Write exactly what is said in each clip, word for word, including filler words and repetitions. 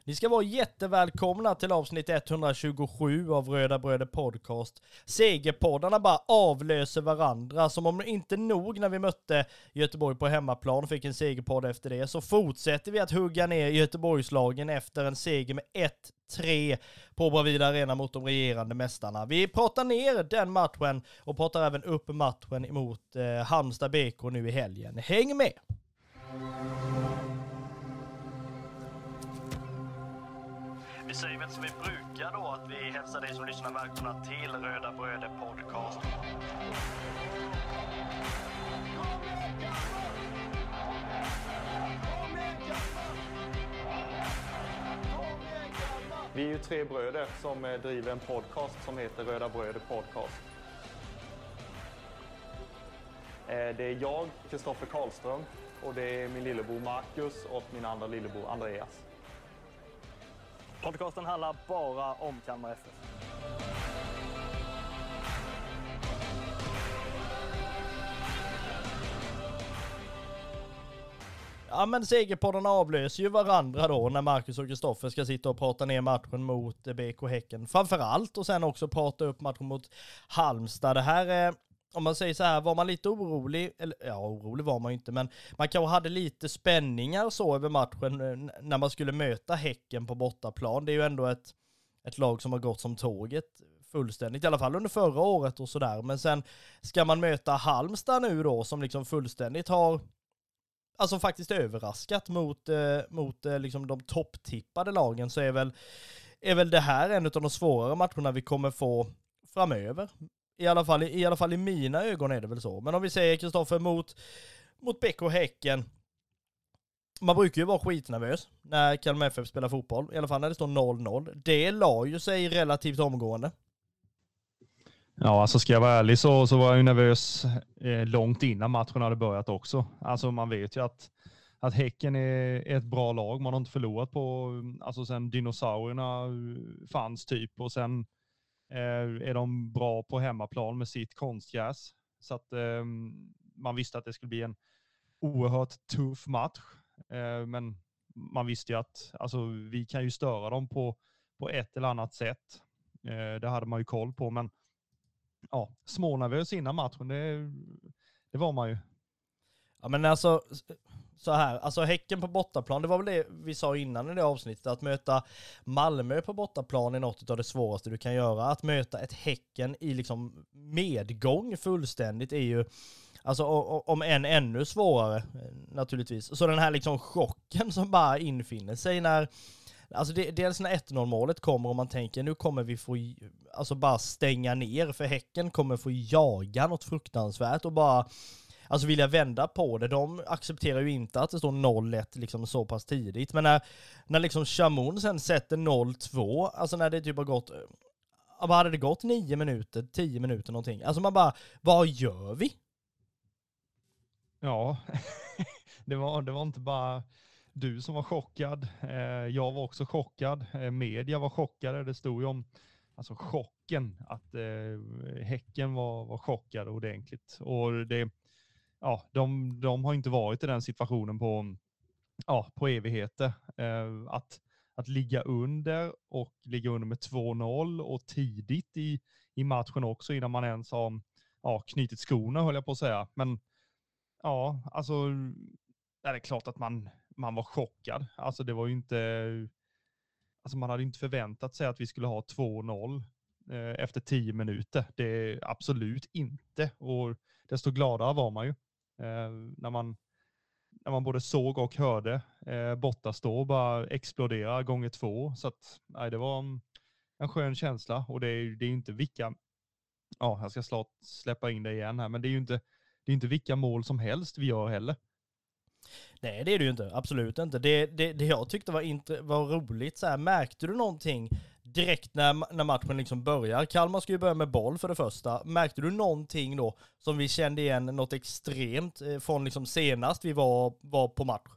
Ni ska vara jättevälkomna till avsnitt etthundratjugosju av Röda Bröder Podcast. Segerpoddarna bara avlöser varandra, som om inte nog när vi mötte Göteborg på hemmaplan och fick en segerpodd efter det, så fortsätter vi att hugga ner Göteborgslagen efter en seger med ett tre på Bravida Arena mot de regerande mästarna. Vi pratar ner den matchen och pratar även upp matchen emot eh, Halmstad B K nu i helgen. Häng med! Vi säger väl som vi brukar då, att vi hälsar dig som lyssnar välkomna till Röda Bröder Podcast. Vi är ju tre bröder som driver en podcast som heter Röda Bröder Podcast. Det är jag, Kristoffer Karlström, och det är min lillebror Marcus och min andra lillebror Andreas. Podcasten handlar bara om Kalmar F F. Ja, men segerpoddarna avlöser ju varandra då när Marcus och Kristoffer ska sitta och prata ner matchen mot B K Häcken. Framförallt, och sen också prata upp matchen mot Halmstad. Det här är, om man säger så här, var man lite orolig, eller ja, orolig var man ju inte, men man kanske hade lite spänningar så över matchen när man skulle möta Häcken på bortaplan. Det är ju ändå ett, ett lag som har gått som tåget fullständigt, i alla fall under förra året och sådär. Men sen ska man möta Halmstad nu då, som liksom fullständigt har alltså faktiskt överraskat mot, eh, mot eh, liksom de topptippade lagen, så är väl, är väl det här en av de svårare matcherna vi kommer få framöver. I alla fall, i alla fall i mina ögon är det väl så. Men om vi säger, Kristoffer, mot, mot B K Häcken. Man brukar ju vara skitnervös när Kalmar F F spelar fotboll. I alla fall när det står noll noll. Det la ju sig relativt omgående. Ja, alltså ska jag vara ärlig så, så var jag ju nervös eh, långt innan matchen hade börjat också. Alltså man vet ju att, att Häcken är ett bra lag. Man har inte förlorat på, alltså sen dinosaurierna fanns typ, och sen är de bra på hemmaplan med sitt konstgräs. Så att eh, man visste att det skulle bli en oerhört tuff match. Eh, men man visste ju att alltså, vi kan ju störa dem på, på ett eller annat sätt. Eh, det hade man ju koll på. Men ja, smånervös innan matchen, det, det var man ju. Ja, men alltså så här, alltså Häcken på bortaplan, det var väl det vi sa innan i det avsnittet, att möta Malmö på bortaplan är något av det svåraste du kan göra. Att möta ett Häcken i liksom medgång fullständigt är ju, alltså om än ännu svårare naturligtvis. Så den här liksom chocken som bara infinner sig när, alltså det, dels när ett noll målet kommer och man tänker nu kommer vi få alltså bara stänga ner, för Häcken kommer få jaga något fruktansvärt och bara alltså vill jag vända på det. De accepterar ju inte att det står noll ett liksom så pass tidigt. Men när, när liksom Chamon sen sätter noll två, alltså när det typ har gått, vad hade det gått? nio minuter, tio minuter någonting. Alltså man bara, vad gör vi? Ja, det var, det var inte bara du som var chockad. Jag var också chockad. Media var chockade. Det stod ju om alltså chocken, att Häcken var, var chockade ordentligt. Och det Ja, de, de har inte varit i den situationen på, ja, på evigheter. Eh, att, att ligga under och ligga under med två noll och tidigt i, i matchen också, innan man ens har ja, knutit skorna, höll jag på att säga. Men ja, alltså det är klart att man, man var chockad. Alltså det var ju inte, alltså man hade inte förväntat sig att vi skulle ha två noll eh, efter tio minuter. Det är absolut inte. Och desto gladare var man ju. Eh, när man när man både såg och hörde eh, borta stå bara explodera gånger två, så att nej, det var en, en skön känsla. Och det är det är inte vilka, ja, jag ska slå, släppa in det igen här, men det är ju inte det är inte vilka mål som helst vi gör heller. Nej, det är det ju inte, absolut inte. Det, det, det jag tyckte var, inte, var roligt så här, märkte du någonting direkt när, när matchen liksom börjar? Kalmar ska ju börja med boll för det första. Märkte du någonting då som vi kände igen något extremt eh, från liksom senast vi var, var på match?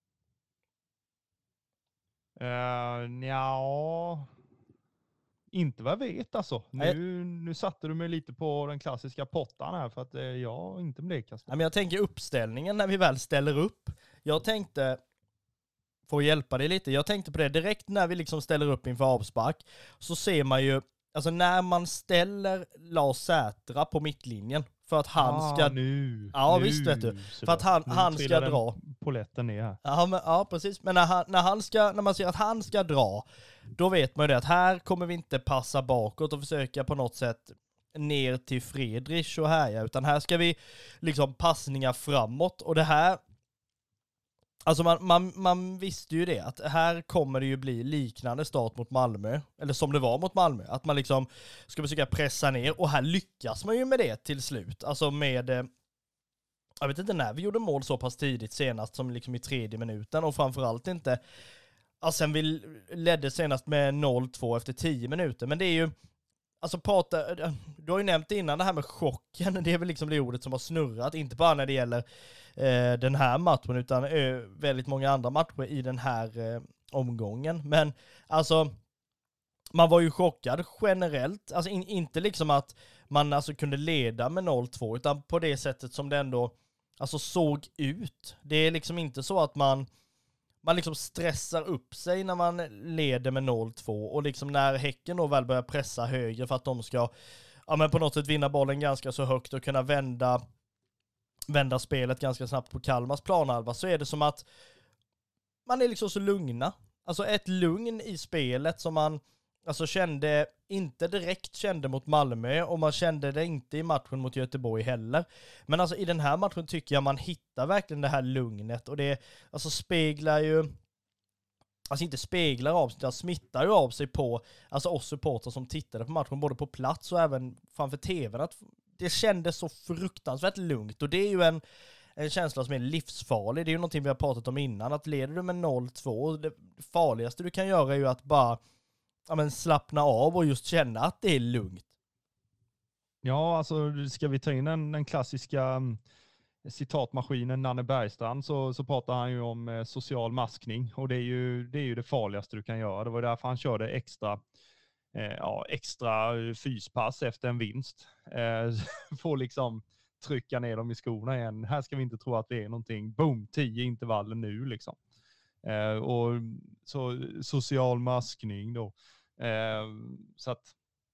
Uh, ja, inte vad jag vet alltså. Nu, nu satte du mig lite på den klassiska pottan här, för att eh, jag inte blev kastat. Ja, men jag tänker uppställningen när vi väl ställer upp. Jag tänkte för att hjälpa dig lite. Jag tänkte på det direkt när vi liksom ställer upp inför avspark, så ser man ju, alltså när man ställer Lars Sätra på mittlinjen för att han ah, ska... Nu, ja, nu, visst vet du. För att han, han ska dra. Poletten ner här. Ja, men, ja, precis. Men när, han, när, han ska, när man ser att han ska dra, då vet man ju det att här kommer vi inte passa bakåt och försöka på något sätt ner till Friedrich och härja, utan här ska vi liksom passningar framåt. Och det här, alltså man, man, man visste ju det, att här kommer det ju bli liknande start mot Malmö, eller som det var mot Malmö, att man liksom ska försöka pressa ner, och här lyckas man ju med det till slut. Alltså med, jag vet inte när vi gjorde mål så pass tidigt senast som liksom i tredje minuten, och framförallt inte, alltså sen vi ledde senast med noll två efter tio minuter, men det är ju, alltså prata, du har ju nämnt innan det här med chocken, det är väl liksom det ordet som har snurrat, inte bara när det gäller eh, den här matchen, utan eh, väldigt många andra matcher i den här eh, omgången. Men alltså, man var ju chockad generellt, alltså in, inte liksom att man alltså kunde leda med noll två, utan på det sättet som det ändå alltså såg ut. Det är liksom inte så att man Man liksom stressar upp sig när man leder med noll två, och liksom när Häcken då väl börjar pressa högre för att de ska, ja, men på något sätt vinna bollen ganska så högt och kunna vända vända spelet ganska snabbt på Kalmars planhalva, så är det som att man är liksom så lugna. Alltså ett lugn i spelet som man alltså kände, inte direkt kände mot Malmö, och man kände det inte i matchen mot Göteborg heller. Men alltså i den här matchen tycker jag man hittar verkligen det här lugnet, och det alltså speglar ju, alltså inte speglar av sig, det smittar ju av sig på alltså oss supportrar som tittade på matchen både på plats och även framför tvn, att det kändes så fruktansvärt lugnt, och det är ju en En känsla som är livsfarlig. Det är ju någonting vi har pratat om innan, att leder du med noll två, det farligaste du kan göra är ju att bara ja, men slappna av och just känna att det är lugnt. Ja, alltså ska vi ta in den, den klassiska um, citatmaskinen Nanne Bergstrand, så, så pratar han ju om eh, social maskning, och det är, ju, det är ju det farligaste du kan göra. Det var därför han körde extra eh, ja, extra fyspass efter en vinst. Eh, får liksom trycka ner dem i skorna igen. Här ska vi inte tro att det är någonting. Boom, tio intervaller nu liksom. Eh, och så social maskning då. Eh, så att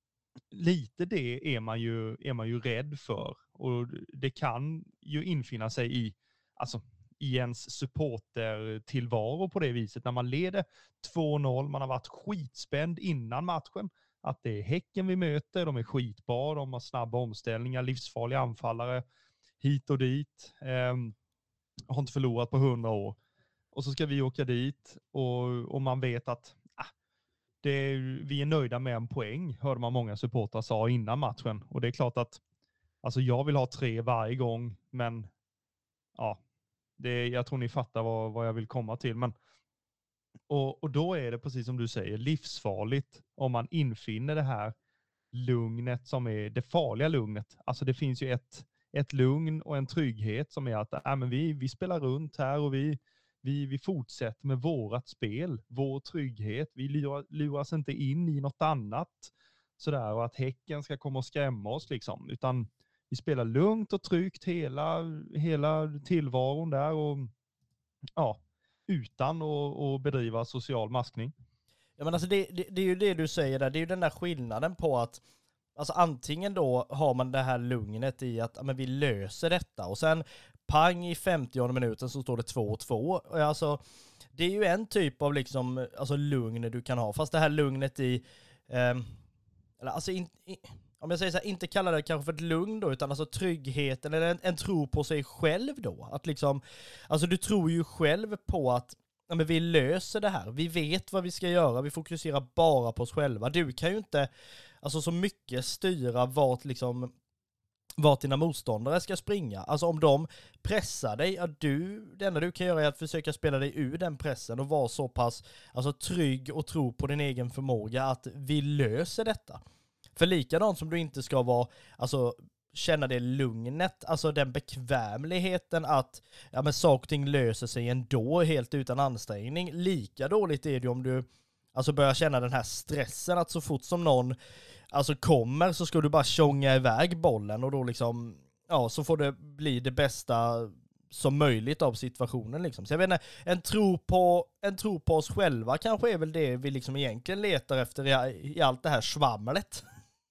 lite det är man ju är man ju rädd för, och det kan ju infinna sig i alltså i ens supportertillvaro på det viset när man leder två noll, man har varit skitspänd innan matchen, att det är Häcken vi möter, de är skitbra, de har snabba omställningar, livsfarliga anfallare hit och dit, eh, har inte förlorat på hundra år, och så ska vi åka dit och, och man vet att Det är, vi är nöjda med en poäng, hörde man många supportrar sa innan matchen. Och det är klart att alltså jag vill ha tre varje gång, men ja, det, jag tror ni fattar vad, vad jag vill komma till. Men, och, och då är det precis som du säger, livsfarligt om man infinner det här lugnet som är det farliga lugnet. Alltså det finns ju ett, ett lugn och en trygghet som är att äh, men vi, vi spelar runt här och vi Vi, vi fortsätter med vårat spel, vår trygghet. Vi lurar, luras inte in i något annat sådär, och att Häcken ska komma och skrämma oss liksom. Utan vi spelar lugnt och tryggt hela, hela tillvaron där, och ja, utan att bedriva social maskning. Ja, men alltså det, det, det är ju det du säger där, det är ju den där skillnaden på att alltså antingen då har man det här lugnet i att ja, men vi löser detta, och sen pang i femtionde minuten så står det två två. Alltså, det är ju en typ av liksom, alltså lugn du kan ha. Fast det här lugnet i, eh, eller alltså in, in, om jag säger så här, inte kalla det kanske för ett lugn då, utan alltså tryggheten eller en, en tro på sig själv då. Att liksom, alltså du tror ju själv på att ja, men vi löser det här. Vi vet vad vi ska göra. Vi fokuserar bara på oss själva. Du kan ju inte alltså så mycket styra vart liksom vart dina motståndare ska springa. Alltså om de pressar dig, ja, du, det enda du kan göra är att försöka spela dig ur den pressen och vara så pass alltså, trygg och tro på din egen förmåga att vi löser detta. För likadant som du inte ska vara, alltså känna det lugnet, alltså den bekvämligheten att ja, men saker och ting löser sig ändå helt utan ansträngning. Lika dåligt är det om du alltså börjar känna den här stressen att så fort som någon alltså kommer så ska du bara tjonga iväg bollen, och då liksom ja, så får det bli det bästa som möjligt av situationen liksom. Så jag vet inte, en tro på, en tro på oss själva kanske är väl det vi liksom egentligen letar efter i, i allt det här svamlet.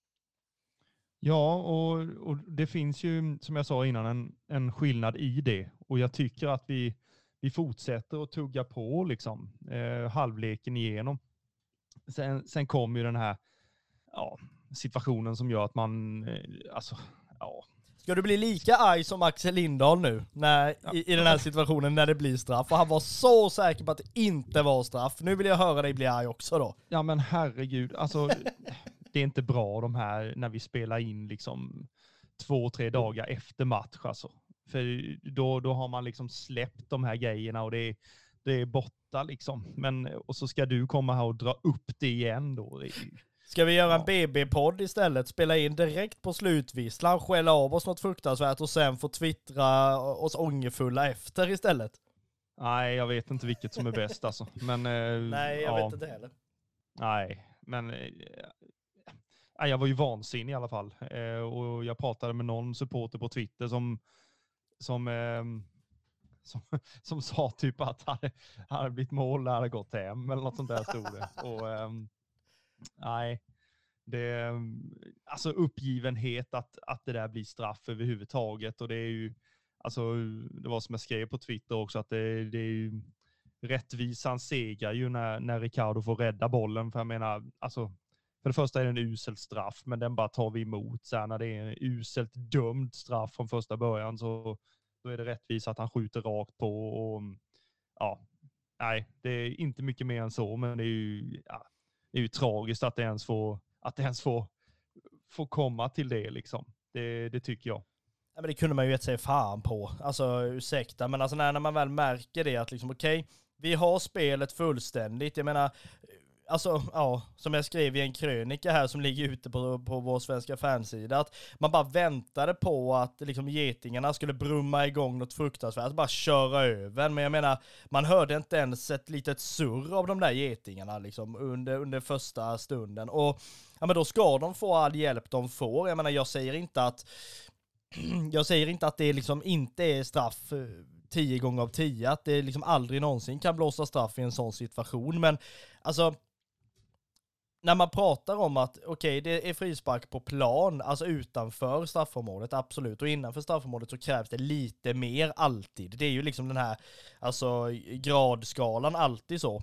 Ja, och, och det finns ju, som jag sa innan, en, en skillnad i det. Och jag tycker att vi, vi fortsätter att tugga på liksom, eh, halvleken igenom. Sen, sen kommer ju den här ja, situationen som gör att man, eh, alltså, ja. Ska du bli lika arg som Axel Lindahl nu när, ja. i, i den här situationen när det blir straff? Och han var så säker på att det inte var straff. Nu vill jag höra dig bli arg också då. Ja men herregud, alltså det är inte bra de här när vi spelar in liksom två, tre dagar efter match alltså. För då, då har man liksom släppt de här grejerna och det är, det är borta liksom. Men, och så ska du komma här och dra upp det igen då. Det är, Ska vi göra en B B-podd istället? Spela in direkt på slutvisslan, skälla av oss något fruktansvärt och sen få twittra oss ångerfulla efter istället? Nej, jag vet inte vilket som är bäst alltså. Men, eh, Nej, jag ja. vet inte heller. Nej, men eh, jag var ju vansinnig i alla fall. Eh, och jag pratade med någon supporter på Twitter som som, eh, som, som sa typ att hade, hade blivit mål hade gått hem eller något sånt där stod det. Och eh, nej, det alltså uppgivenhet att, att det där blir straff överhuvudtaget och det är ju alltså det var som jag skrev på Twitter också att det, det är ju rättvisan segar ju när, när Ricardo får rädda bollen för jag menar alltså för det första är det en usel straff men den bara tar vi emot så här, när det är en uselt dömd straff från första början så då är det rättvist att han skjuter rakt på och ja, nej det är inte mycket mer än så men det är ju ja, det är ju tragiskt att det ens får, att det ens får, får komma till det liksom. Det, det tycker jag. Ja, men det kunde man ju gett sig fan på. Alltså ursäkta, men alltså när, när man väl märker det att liksom okej, okay, vi har spelet fullständigt. Jag menar, alltså ja, som jag skrev i en krönika här som ligger ute på, på vår svenska fansida, att man bara väntade på att liksom getingarna skulle brumma igång något fruktansvärt, bara köra över. Men jag menar, man hörde inte ens ett litet surr av de där getingarna liksom under, under första stunden. Och ja, men då ska de få all hjälp de får. Jag menar, jag säger inte att jag säger inte att det liksom inte är straff tio gånger av tio, att det liksom aldrig någonsin kan blåsa straff i en sån situation. Men alltså, när man pratar om att okej, okay, det är frispark på plan, alltså utanför straffområdet, absolut. Och innanför straffområdet så krävs det lite mer alltid. Det är ju liksom den här alltså gradskalan alltid så.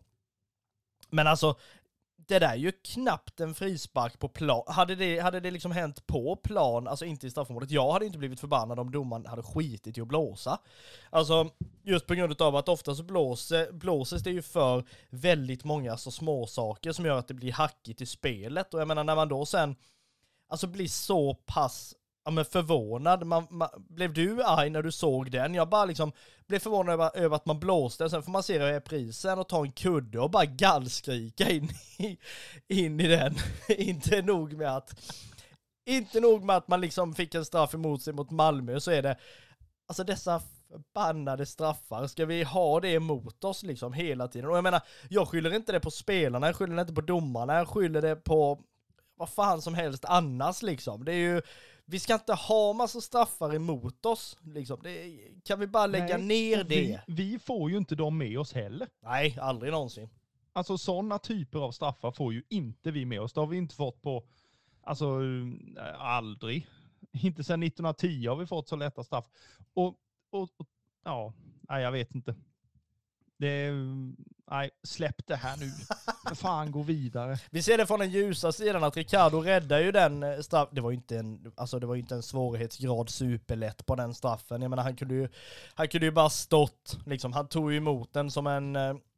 Men alltså, det där är ju knappt en frispark på plan. Hade det, hade det liksom hänt på plan, alltså inte i straffområdet, jag hade inte blivit förbannad om domaren hade skitit i att blåsa. Alltså, just på grund av att ofta så blåser, blåses det ju för väldigt många så små saker som gör att det blir hackigt i spelet. Och jag menar, när man då sen alltså blir så pass ja, men förvånad. Man, man, blev du arg när du såg den? Jag bara liksom blev förvånad över, över att man blåste. Sen får man se reprisen och ta en kudde och bara gallskrika in i, in i den. inte nog med att inte nog med att man liksom fick en straff emot sig mot Malmö, så är det alltså dessa förbannade straffar. Ska vi ha det emot oss liksom hela tiden? Och jag menar, jag skyller inte det på spelarna, jag skyller det inte på domarna, jag skyller det på vad fan som helst annars liksom. Det är ju, vi ska inte ha massa straffar emot oss liksom. Det, kan vi bara lägga Nej, ner det? Vi, vi får ju inte dem med oss heller. Nej, aldrig någonsin. Alltså sådana typer av straffar får ju inte vi med oss. Det har vi inte fått på, alltså aldrig. Inte sedan nittonhundratio har vi fått så lätta straff. Och, och, och ja, nej, jag vet inte. Det, nej, släpp det här nu. För fan, gå vidare. Vi ser det från den ljusa sidan att Ricardo räddar ju den straff. Det var ju inte en, alltså det var ju inte en svårighetsgrad superlätt på den straffen. Jag menar, han kunde ju, han kunde ju bara stått, liksom. Han tog ju emot den som en,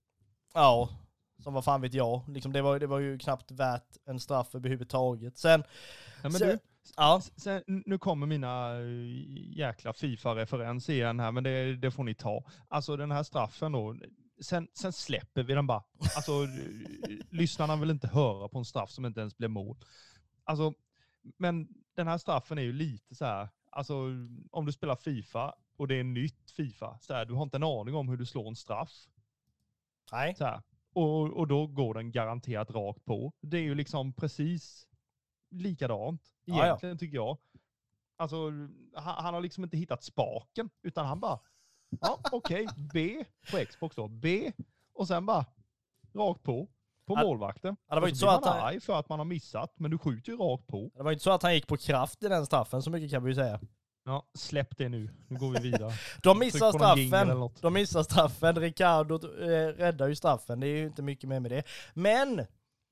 ja, som vad fan vet jag. Liksom, det var, det var ju knappt värt en straff överhuvudtaget. Sen, ja, men sen, du, ja. Sen, nu kommer mina jäkla FIFA-referenser igen här, men det, det får ni ta. Alltså den här straffen då, sen, sen släpper vi den bara. Alltså lyssnarna vill inte höra på en straff som inte ens blir mål. Alltså, men den här straffen är ju lite så här, alltså om du spelar FIFA och det är nytt FIFA, så här, du har inte en aning om hur du slår en straff. Nej. Så här, och, och då går den garanterat rakt på. Det är ju liksom precis likadant egentligen, ja, ja. Tycker jag. Alltså han, han har liksom inte hittat spaken, utan han bara Ja, okej. Okay. B på Xbox då. B och sen bara rakt på. På ja, målvakten. Ja, det var och inte så så blir att man han... arg för att man har missat, men du skjuter ju rakt på. Det var inte så att han gick på kraft i den straffen, så mycket kan vi ju säga. Ja, släpp det nu. Nu går vi vidare. De missar straffen. De missar straffen. Ricardo eh, räddar ju straffen. Det är ju inte mycket mer med det. Men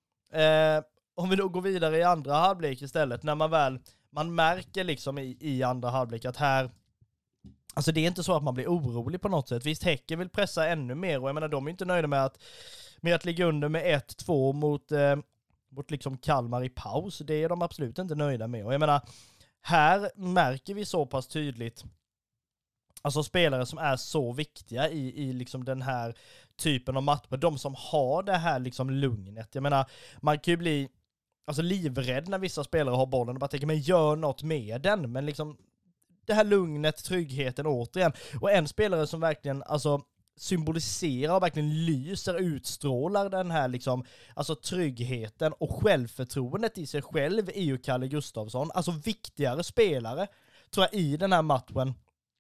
eh, om vi då går vidare i andra halvlek istället, när man väl man märker liksom i, i andra halvlek att här, alltså det är inte så att man blir orolig på något sätt. Visst, Häcken vill pressa ännu mer, och jag menar, de är inte nöjda med att med att ligga under med ett två mot eh, mot liksom Kalmar i paus. Det är de absolut inte nöjda med. Och jag menar, här märker vi så pass tydligt, alltså spelare som är så viktiga i, i liksom den här typen av matcher, de som har det här liksom lugnet. Jag menar, man kan ju bli alltså livrädd när vissa spelare har bollen och bara tänker, men gör något med den. Men liksom det här lugnet, tryggheten återigen. Och en spelare som verkligen alltså symboliserar och verkligen lyser, utstrålar den här liksom, alltså tryggheten och självförtroendet i sig själv är ju Kalle Gustafsson. Alltså viktigare spelare tror jag i den här matchen.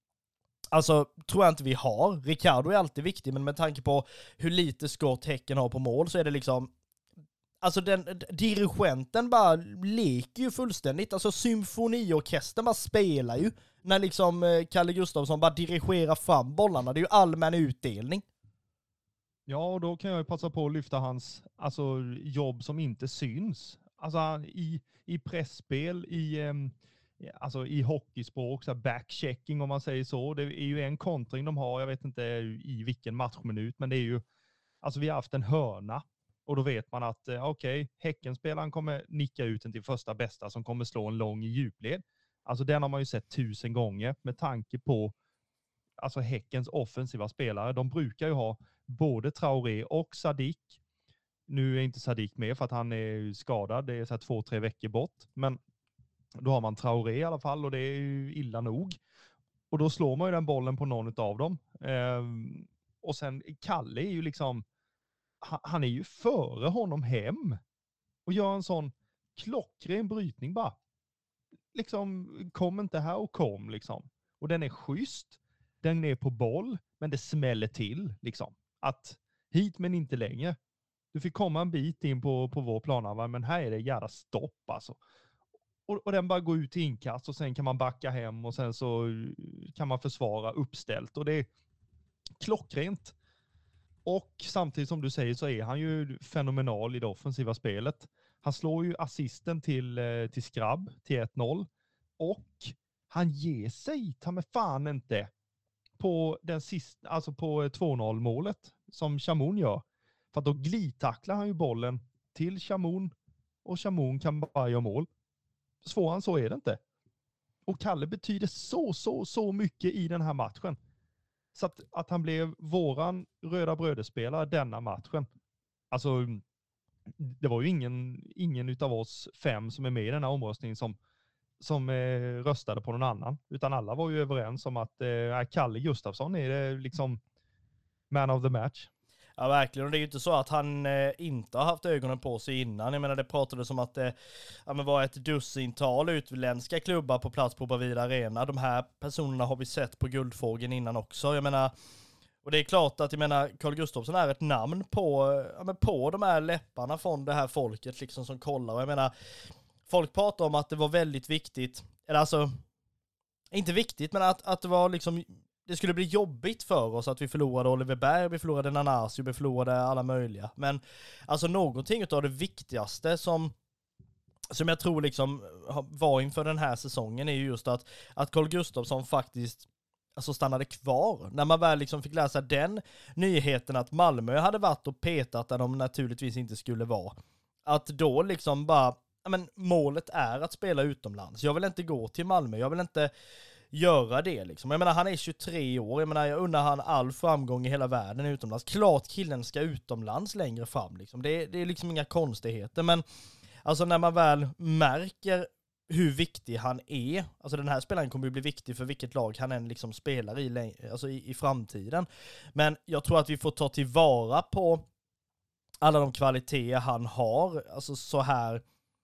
Alltså tror jag inte vi har. Ricardo är alltid viktig, men med tanke på hur lite skott Häcken har på mål så är det liksom, alltså den dirigenten bara leker ju fullständigt. Alltså symfoniorkestern bara spelar ju när liksom Kalle Gustafsson bara dirigerar fram bollarna. Det är ju allmän utdelning. Ja, och då kan jag ju passa på att lyfta hans alltså, jobb som inte syns. Alltså i, i pressspel, i, um, alltså, i hockeyspråk, så backchecking om man säger så. Det är ju en kontring de har, jag vet inte i vilken matchminut, men det är ju, alltså vi har haft en hörna. Och då vet man att eh, okej, okay, Häckenspelaren kommer nicka ut den till första bästa som kommer slå en lång i djupled. Alltså den har man ju sett tusen gånger med tanke på alltså Häckens offensiva spelare. De brukar ju ha både Traoré och Sadik. Nu är inte Sadik med för att han är skadad. Det är så här två, tre veckor bort. Men då har man Traoré i alla fall och det är ju illa nog. Och då slår man ju den bollen på någon av dem. Ehm, och sen Kalle är ju liksom, han är ju före honom hem och gör en sån klockren brytning bara. Liksom, kom inte här och kom liksom. Och den är schysst. Den är på boll, men det smäller till liksom. Att hit men inte längre. Du fick komma en bit in på, på vår plan, men här är det jävla stopp alltså. Och, och den bara går ut i inkast och sen kan man backa hem och sen så kan man försvara uppställt. Och det är klockrent. Och samtidigt som du säger så är han ju fenomenal i det offensiva spelet. Han slår ju assisten till, till Skrabb till ett noll. Och han ger sig, ta med fan inte, på den sista, alltså på två noll målet som Chamoun gör. För att då glidtacklar han ju bollen till Chamoun och Chamoun kan bara göra mål. Svårare än så är det inte. Och Kalle betyder så, så, så mycket i den här matchen. Så att, att han blev våran röda brödespelare denna matchen. Alltså, det var ju ingen, ingen utav oss fem som är med i den här omröstningen som, som eh, röstade på någon annan. Utan alla var ju överens om att eh, Kalle Gustafsson är det liksom man of the match. Ja, verkligen. Och det är ju inte så att han eh, inte har haft ögonen på sig innan. Jag menar, det pratades om att det ja, men var ett dussintal utländska klubbar på plats på Bravida Arena. De här personerna har vi sett på Guldfågeln innan också. Jag menar, och det är klart att jag menar, Carl Gustafsson är ett namn på, ja, men på de här läpparna från det här folket liksom som kollar. Och jag menar, folk pratar om att det var väldigt viktigt, eller alltså, inte viktigt, men att, att det var liksom, det skulle bli jobbigt för oss att vi förlorade Oliver Berg, vi förlorade Nanasi, vi förlorade alla möjliga. Men alltså någonting av det viktigaste som, som jag tror liksom var inför den här säsongen är ju just att, att Carl Gustafsson faktiskt alltså stannade kvar. När man väl liksom fick läsa den nyheten att Malmö hade varit och petat där de naturligtvis inte skulle vara. Att då liksom bara, ja men målet är att spela utomlands. Jag vill inte gå till Malmö, jag vill inte göra det liksom. Jag menar, han är tjugotre år, jag menar, jag undrar han all framgång i hela världen utomlands. Klart killen ska utomlands längre fram liksom. Det, det är liksom inga konstigheter, men alltså när man väl märker hur viktig han är, alltså den här spelaren kommer ju bli viktig för vilket lag han än liksom spelar i, alltså i, i framtiden. Men jag tror att vi får ta tillvara på alla de kvaliteter han har, alltså så här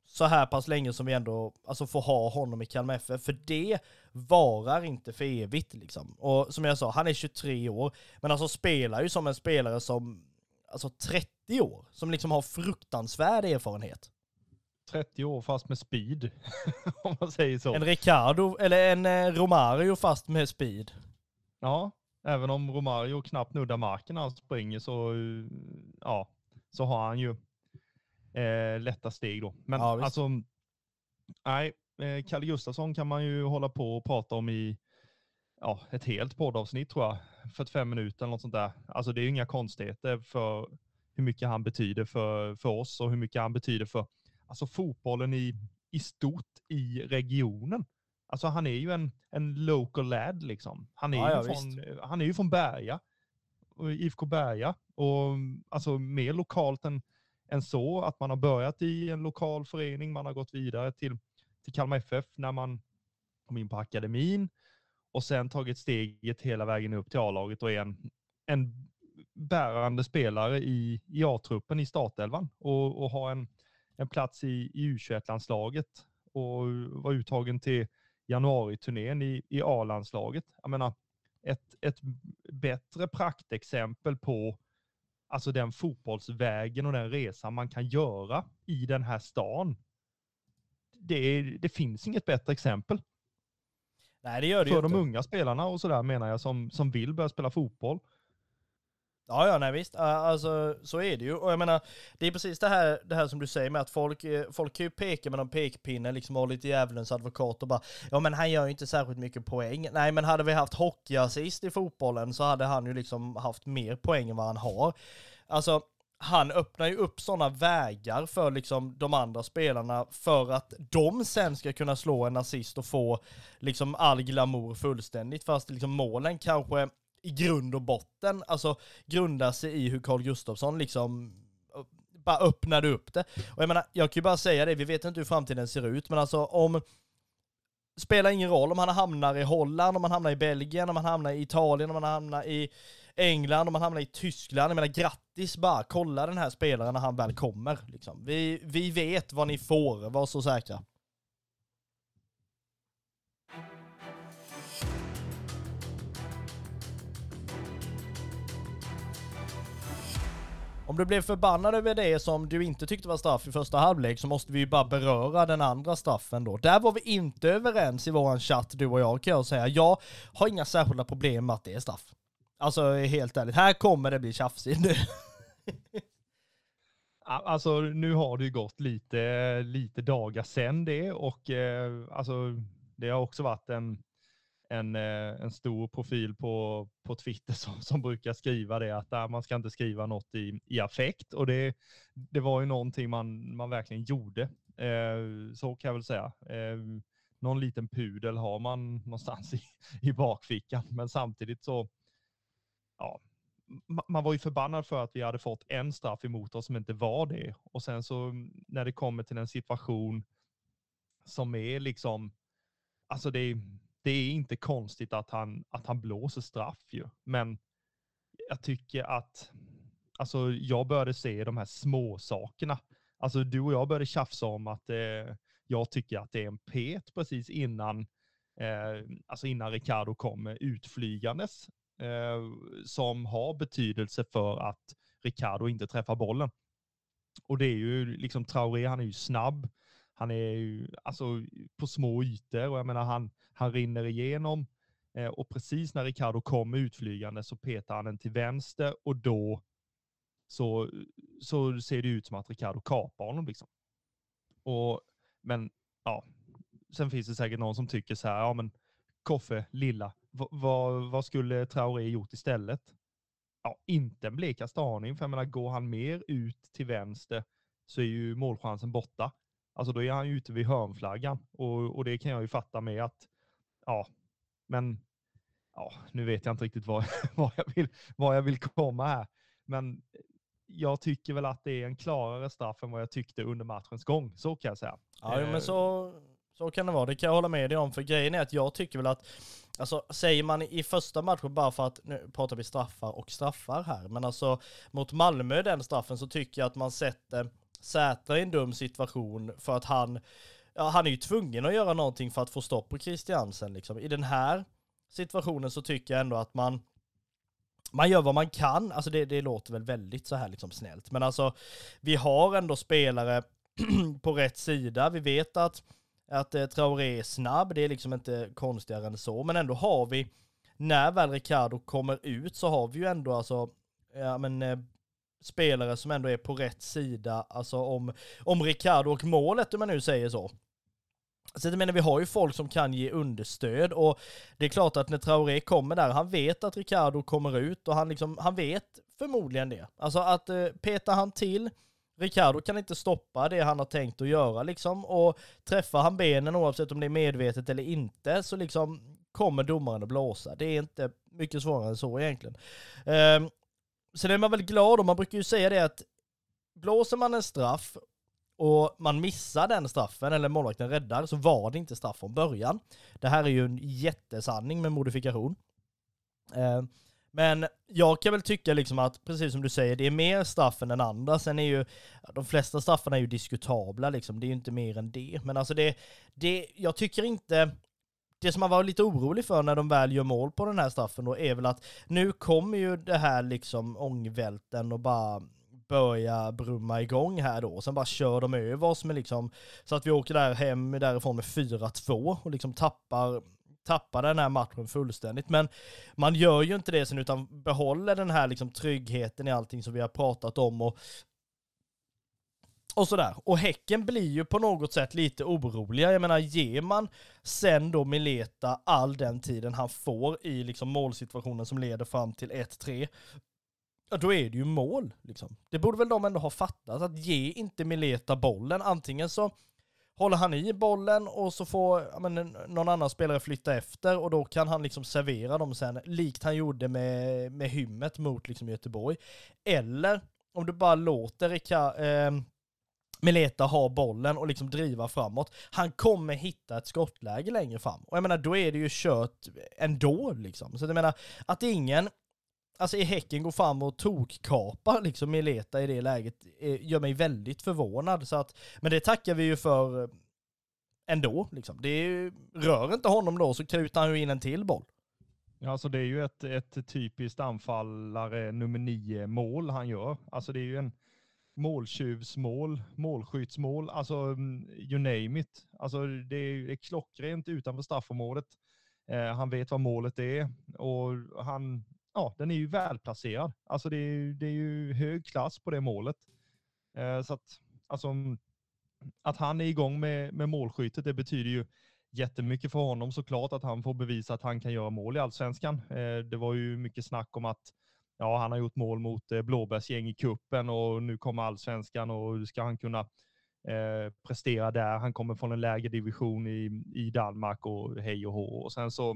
så här pass länge som vi ändå alltså, får ha honom i Kalmar F F. För det varar inte för evigt liksom. Och som jag sa, han är tjugotre år. Men alltså spelar ju som en spelare som alltså trettio år. Som liksom har fruktansvärd erfarenhet. trettio år fast med speed. Om man säger så. En Ricardo, eller en eh, Romario fast med speed. Ja, även om Romario knappt nuddar marken när han springer så, ja, så har han ju eh, lätta steg då. Men Ja, alltså, nej, eh, Kalle Gustafsson kan man ju hålla på och prata om i ja, ett helt poddavsnitt tror jag. fyrtiofem minuter eller något sånt där. Alltså det är ju inga konstigheter för hur mycket han betyder för, för oss och hur mycket han betyder för alltså fotbollen i, i stort i regionen. Alltså han är ju en, en local lad liksom. Han är, ja, ja, ju från, han är ju från Berga. I F K Berga. Och alltså mer lokalt än, än så. Att man har börjat i en lokal förening. Man har gått vidare till, till Kalmar F F när man kom in på akademin. Och sen tagit steget hela vägen upp till A-laget och är en, en bärande spelare i, i A-truppen i startelvan. Och, och ha en, en plats i, i U tjugoett-landslaget. Och var uttagen till januariturnén i, i A-landslaget. Jag menar, ett, ett bättre praktexempel på alltså den fotbollsvägen och den resan man kan göra i den här stan. Det, det finns inget bättre exempel. Nej, det gör det för ju de inte. unga spelarna och sådär menar jag som, som vill börja spela fotboll. Ja, ja, nej visst. Alltså, så är det ju. Och jag menar, det är precis det här, det här som du säger med att folk, folk kan ju peka med någon pekpinne, liksom ha lite djävulens advokat och bara, ja men han gör ju inte särskilt mycket poäng. Nej, men hade vi haft hockeyassist i fotbollen så hade han ju liksom haft mer poäng än vad han har. Alltså, han öppnar ju upp sådana vägar för liksom de andra spelarna för att de sen ska kunna slå en assist och få liksom all glamour fullständigt, fast liksom målen kanske i grund och botten, alltså grundar sig i hur Carl Gustafsson liksom bara öppnade upp det. Och jag menar, jag kan ju bara säga det, vi vet inte hur framtiden ser ut, men alltså om spelar ingen roll om han hamnar i Holland, om han hamnar i Belgien, om han hamnar i Italien, om han hamnar i England, om han hamnar i Tyskland. Jag menar, grattis bara, kolla den här spelaren när han väl kommer. Liksom. Vi, vi vet vad ni får, var så säkra. Om du blev förbannad över det som du inte tyckte var straff i första halvlek så måste vi ju bara beröra den andra straffen då. Där var vi inte överens i våran chatt, du och jag, kan jag säga. Jag har inga särskilda problem med att det är straff. Alltså helt ärligt, här kommer det bli tjafsigt nu. Alltså nu har det ju gått lite, lite dagar sedan det och eh, alltså det har också varit en En, en stor profil på, på Twitter som, som brukar skriva det att där man ska inte skriva något i, i affekt och det, det var ju någonting man, man verkligen gjorde. Eh, så kan jag väl säga. Eh, någon liten pudel har man någonstans i, i bakfickan, men samtidigt så ja, man var ju förbannad för att vi hade fått en straff emot oss som inte var det, och sen så när det kommer till en situation som är liksom alltså det är Det är inte konstigt att han, att han blåser straff ju. Men jag tycker att alltså jag började se de här små sakerna. Alltså du och jag började tjafsa om att eh, jag tycker att det är en pet precis innan eh, alltså innan Ricardo kommer utflygandes. Eh, som har betydelse för att Ricardo inte träffar bollen. Och det är ju liksom Traoré, han är ju snabb. Han är ju alltså på små ytor och jag menar han, han rinner igenom eh, och precis när Ricardo kommer utflygande så petar han den till vänster och då så, så ser det ut som att Ricardo kapar honom liksom. Och, men ja, sen finns det säkert någon som tycker så här, ja men Koffe, lilla, v- vad, vad skulle Traoré gjort istället? Ja, inte en blekaste aning, för jag menar går han mer ut till vänster så är ju målchansen borta. Alltså då är han ju ute vid hörnflaggan. Och, och det kan jag ju fatta med att, ja, men ja, nu vet jag inte riktigt vad, vad, jag vill, vad jag vill komma här. Men jag tycker väl att det är en klarare straff än vad jag tyckte under matchens gång. Så kan jag säga. Ja, men så, så kan det vara. Det kan jag hålla med dig om. För grejen är att jag tycker väl att, alltså säger man i första matchen, bara för att, nu pratar vi straffar och straffar här, men alltså mot Malmö den straffen så tycker jag att man sätter Sätra i en dum situation för att han, ja, han är ju tvungen att göra någonting för att få stopp på Christiansen. Liksom. I den här situationen så tycker jag ändå att man man gör vad man kan. Alltså det, det låter väl väldigt så här liksom snällt. Men alltså vi har ändå spelare på rätt sida. Vi vet att, att eh, Traoré är snabb. Det är liksom inte konstigare än så. Men ändå har vi, när väl Ricardo kommer ut så har vi ju ändå alltså, ja men eh, spelare som ändå är på rätt sida. Alltså om, om Ricardo och målet, om man nu säger så. Så jag menar, vi har ju folk som kan ge understöd och det är klart att när Traoré kommer där, han vet att Ricardo kommer ut och han, liksom, han vet förmodligen det. Alltså att eh, petar han till, Ricardo kan inte stoppa det han har tänkt att göra liksom, och träffar han benen oavsett om det är medvetet eller inte så liksom kommer domaren att blåsa. Det är inte mycket svårare än så egentligen. Eh, så är man väl glad och man brukar ju säga det att blåser man en straff och man missar den straffen eller målvakten räddar så var det inte straff från början. Det här är ju en jättesanning med modifikation. Eh, men jag kan väl tycka liksom att, precis som du säger, det är mer straff än den andra. Sen är ju, de flesta straffarna är ju diskutabla liksom. Det är ju inte mer än det. Men alltså det, det jag tycker inte, det som man var lite orolig för när de väl gör mål på den här straffen då är väl att nu kommer ju det här liksom ångvälten och bara börja brumma igång här då. Sen bara kör de över oss med liksom, så att vi åker där hem därifrån med fyra två och liksom tappar, tappar den här matchen fullständigt. Men man gör ju inte det sen utan behåller den här liksom tryggheten i allting som vi har pratat om och och sådär. Och Häcken blir ju på något sätt lite oroliga. Jag menar, ger man sen då Mileta all den tiden han får i liksom målsituationen som leder fram till ett tre, ja, då är det ju mål. Liksom. Det borde väl de ändå ha fattat. Att ge inte Mileta bollen. Antingen så håller han i bollen och så får ja, men, någon annan spelare flytta efter och då kan han liksom servera dem sen. Likt han gjorde med, med hymmet mot liksom Göteborg. Eller om du bara låter Rika, eh, Mileta ha bollen och liksom driva framåt. Han kommer hitta ett skottläge längre fram. Och jag menar, då är det ju kört ändå liksom. Så jag menar, att ingen alltså i Häcken går fram och tokkapar liksom Mileta i det läget gör mig väldigt förvånad. Så att, men det tackar vi ju för ändå. Liksom. Det är ju, rör inte honom då så krutar han ju in en till boll. Ja, alltså det är ju ett, ett typiskt anfallare nummer nio mål han gör. Alltså det är ju en måltjuvsmål, målskyttsmål, alltså you name it. Alltså det är, det är klockrent utanför straffområdet. Eh, han vet vad målet är och han, ja, den är ju välplacerad. Alltså det är, det är ju hög klass på det målet. Eh, så att, alltså, att han är igång med, med målskyttet, det betyder ju jättemycket för honom såklart att han får bevisa att han kan göra mål i Allsvenskan. Eh, det var ju mycket snack om att ja, han har gjort mål mot eh, Blåbärsgäng i kuppen och nu kommer Allsvenskan och ska han kunna eh, prestera där. Han kommer från en lägre division i, i Danmark och hej och hå. Och sen så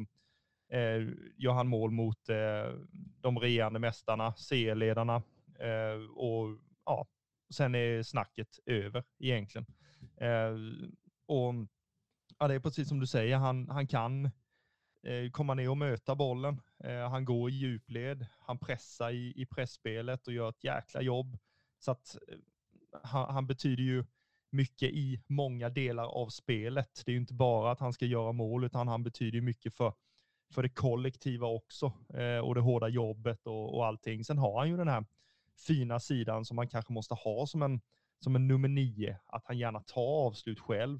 eh, gör han mål mot eh, de regerande mästarna, C L-ledarna eh, och ja, sen är snacket över egentligen. Eh, och ja, det är precis som du säger, han, han kan eh, komma ner och möta bollen. Eh, han går i djupled, han pressar i, i pressspelet och gör ett jäkla jobb. Så att eh, han, han betyder ju mycket i många delar av spelet. Det är ju inte bara att han ska göra mål utan han betyder mycket för, för det kollektiva också. Eh, och det hårda jobbet och, och allting. Sen har han ju den här fina sidan som man kanske måste ha som en, som en nummer nio. Att han gärna tar avslut själv.